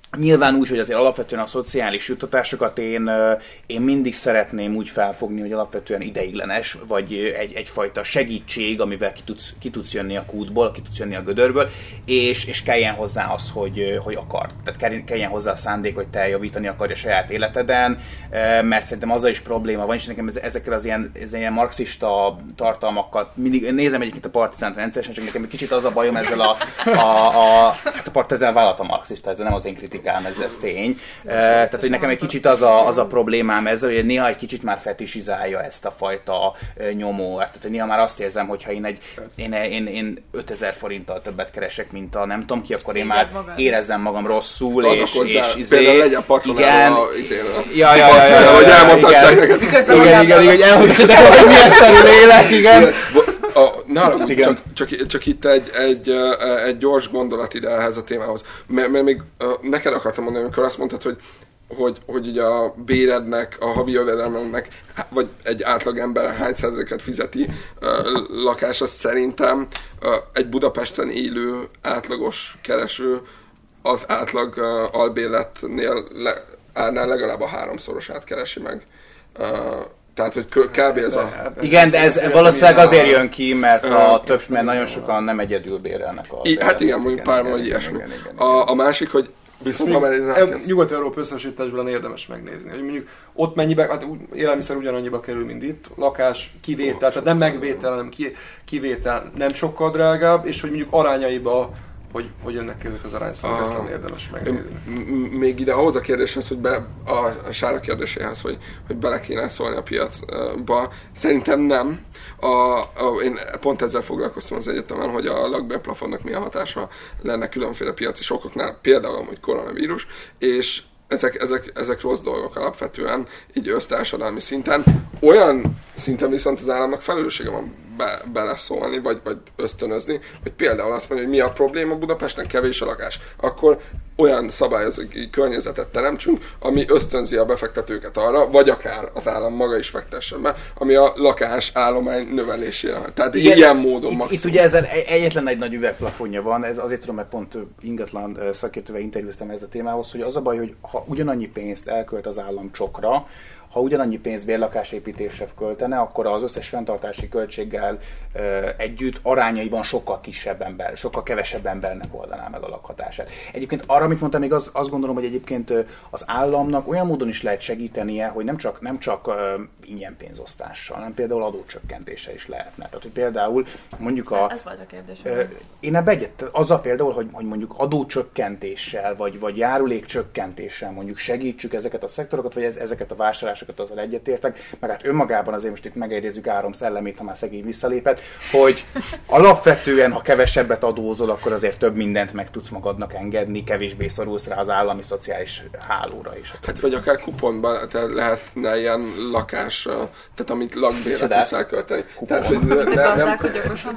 Speaker 2: Nyilván úgy, hogy azért alapvetően a szociális juttatásokat én, én mindig szeretném úgy felfogni, hogy alapvetően ideiglenes, vagy egy, egyfajta segítség, amivel ki tudsz, ki tudsz jönni a kútból, ki tudsz jönni a gödörből, és, és kelljen hozzá az, hogy, hogy akar. Tehát kelljen hozzá a szándék, hogy te javítani akarja a saját életeden, mert szerintem azzal is probléma van, és nekem ezekkel az ilyen, ez ilyen marxista tartalmakat, mindig nézem egyébként a Partizánt rendszeresen, csak nekem egy kicsit az a bajom ezzel a, a, a, hát a Partizán vállalt a marxista, ez nem az én kritikám, Ez, ez tény. Uh, tehát, hogy nekem egy kicsit az a, az a problémám ezzel, hogy néha egy kicsit már fetisizálja ezt a fajta uh, nyomó. Tehát, hogy néha már azt érzem, hogyha én, egy, én, én, én ötezer forinttal többet keresek, mint a nem tudom ki, akkor én már érezzem magam rosszul, és, és izé...
Speaker 3: Például legyen patronál a izéről.
Speaker 2: Ja, ja, ja, ja,
Speaker 3: hogy elmondhassák neked.
Speaker 2: Igen, igen, hogy elmondhassák, hogy milyen szerű lélek, igen.
Speaker 3: A, nálam, csak, csak, csak itt egy, egy, egy gyors gondolat ide ehhez a témához. Mert, mert még neked akartam mondani, amikor azt mondtad, hogy, hogy, hogy ugye a bérednek, a havi jövedelmemnek, vagy egy átlag ember hány százalékát fizeti lakásra, szerintem egy Budapesten élő átlagos kereső az átlag albérletnél le, árnál legalább a háromszorosát keresi meg. Tehát, hogy kb. Ez a...
Speaker 2: Igen, de ez valószínűleg azért jön ki, mert a több, mert nagyon sokan nem egyedül bérelnek.
Speaker 3: Hát igen, mondjuk pár vagy ilyesmi. A másik, hogy viszont
Speaker 5: amerre Nyugat-Európa összehasonlításban lenne érdemes megnézni. Hogy mondjuk ott mennyibe, hát élelmiszer ugyanannyiba kerül, mint itt, lakás, kivétel, tehát nem megvétel, hanem kivétel nem sokkal drágább, és hogy mondjuk arányaiba hogy, hogy jönnek ki ezek az arányszabak, ezt nem érdemes megnézni.
Speaker 3: Még ide ahhoz a kérdéshez, hogy be, a Sára kérdéséhez, hogy, hogy bele kéne szólni a piacba, szerintem nem. A, a, én pont ezzel foglalkoztam az egyetemen, hogy a lakbérplafonnak milyen hatása lenne különféle piaci sokoknál, például amúgy koronavírus, és ezek, ezek, ezek rossz dolgok alapvetően, így össztársadalmi szinten. Olyan szinten viszont az államnak felelőssége van be, beleszólni, vagy, vagy ösztönözni, hogy például azt mondja, hogy mi a probléma Budapesten, kevés a lakás. Akkor olyan szabályozói környezetet teremtsünk, ami ösztönzi a befektetőket arra, vagy akár az állam maga is fektessen be, ami a lakás állomány növelésére. Tehát igen, ilyen módon
Speaker 2: itt,
Speaker 3: maximum.
Speaker 2: Itt ugye ezzel egyetlen egy nagy üvegplafonja van, ez azért tudom, mert pont ingatlan szakértővel interjúztam ez a témához, hogy az a baj, hogy ha ugyanannyi pénzt elkölt az állam csokra, ha ugyanannyi pénzt bérlakásépítésre költene, akkor az összes fenntartási költséggel ö, együtt arányaiban sokkal kisebb ember, sokkal kevesebb embernek oldaná meg a lakhatását. Egyébként arra, amit mondtam, még az, azt gondolom, hogy egyébként az államnak olyan módon is lehet segítenie, hogy nem csak, nem csak ö, ingyen pénzosztással, hanem például adócsökkentéssel is lehetne. Tehát, hogy például mondjuk a...
Speaker 4: Ez volt a kérdés.
Speaker 2: Ö, én ebbe egyet, azzal például, hogy, hogy mondjuk adócsökkentéssel, vagy, vagy járulékcsökkentéssel mondjuk segítsük ezeket a szektorokat, vagy ez, ezeket a vásárlásokat, azzal egyetértek, meg hát önmagában azért most itt megegyezzük Áron szellemét, ha már szegény visszalépett, hogy alapvetően, ha kevesebbet adózol, akkor azért több mindent meg tudsz magadnak engedni, kevésbé szorulsz rá az állami szociális hálóra is.
Speaker 3: Hát vagy akár kuponban tehát lehetne ilyen lakás, tehát amit lakbérre tudsz elkölteni. Tehát, hogy
Speaker 4: ne, nem... hogy gyorsan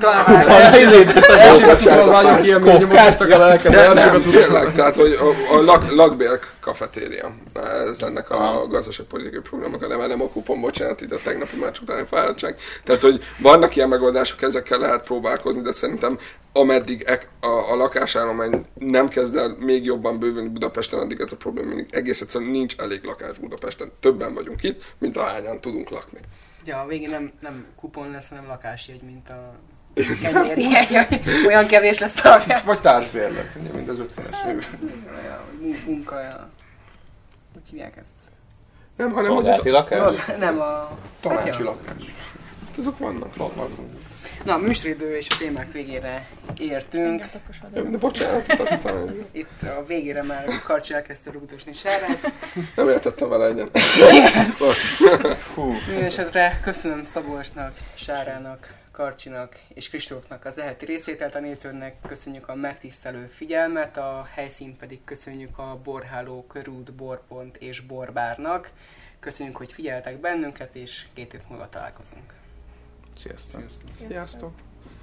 Speaker 3: tehát, hogy a lakbér kafetéria. Ez ennek a gazdaságpolitikai programnak a neve, nem a kupon, bocsánat, itt a tegnapi meccs utáni fáradtság. Tehát, hogy vannak ilyen megoldások, ezekkel lehet próbálkozni, de szerintem ameddig a, a lakásállomány nem kezd el még jobban bővülni Budapesten, addig ez a probléma mindig egész egyszerűen nincs elég lakás Budapesten. Többen vagyunk itt, mint ahányan tudunk lakni.
Speaker 1: Ja, a végén nem, nem kupon lesz, hanem lakásjegy, mint a kenyér. Olyan kevés lesz a lakás.
Speaker 5: Vagy társbérlet, mint az ötvenes évben.
Speaker 1: Munka, hogy hívják ezt?
Speaker 3: Nem, hanem
Speaker 2: szolgálati lakás?
Speaker 1: Szolgál, nem a...
Speaker 3: tanácsi lakás. Azok vannak. vannak.
Speaker 1: Na, a műsoridő és a témák végére értünk.
Speaker 3: De bocsánat, aztán...
Speaker 1: Itt a végére már Karcsi elkezdte rúgdosni Sárát.
Speaker 3: Nem értettem vele egyen.
Speaker 1: Mindenesetre köszönöm Szabolcsnak, Sárának, Karcsinak és Kristófnak az eheti részvételt, a nézőknek köszönjük a megtisztelő figyelmet, a helyszínt pedig köszönjük a Borháló Körút, Borpont és Borbárnak. Köszönjük, hogy figyeltek bennünket, és két hét múlva találkozunk.
Speaker 2: Sziasztok!
Speaker 3: Sziasztok!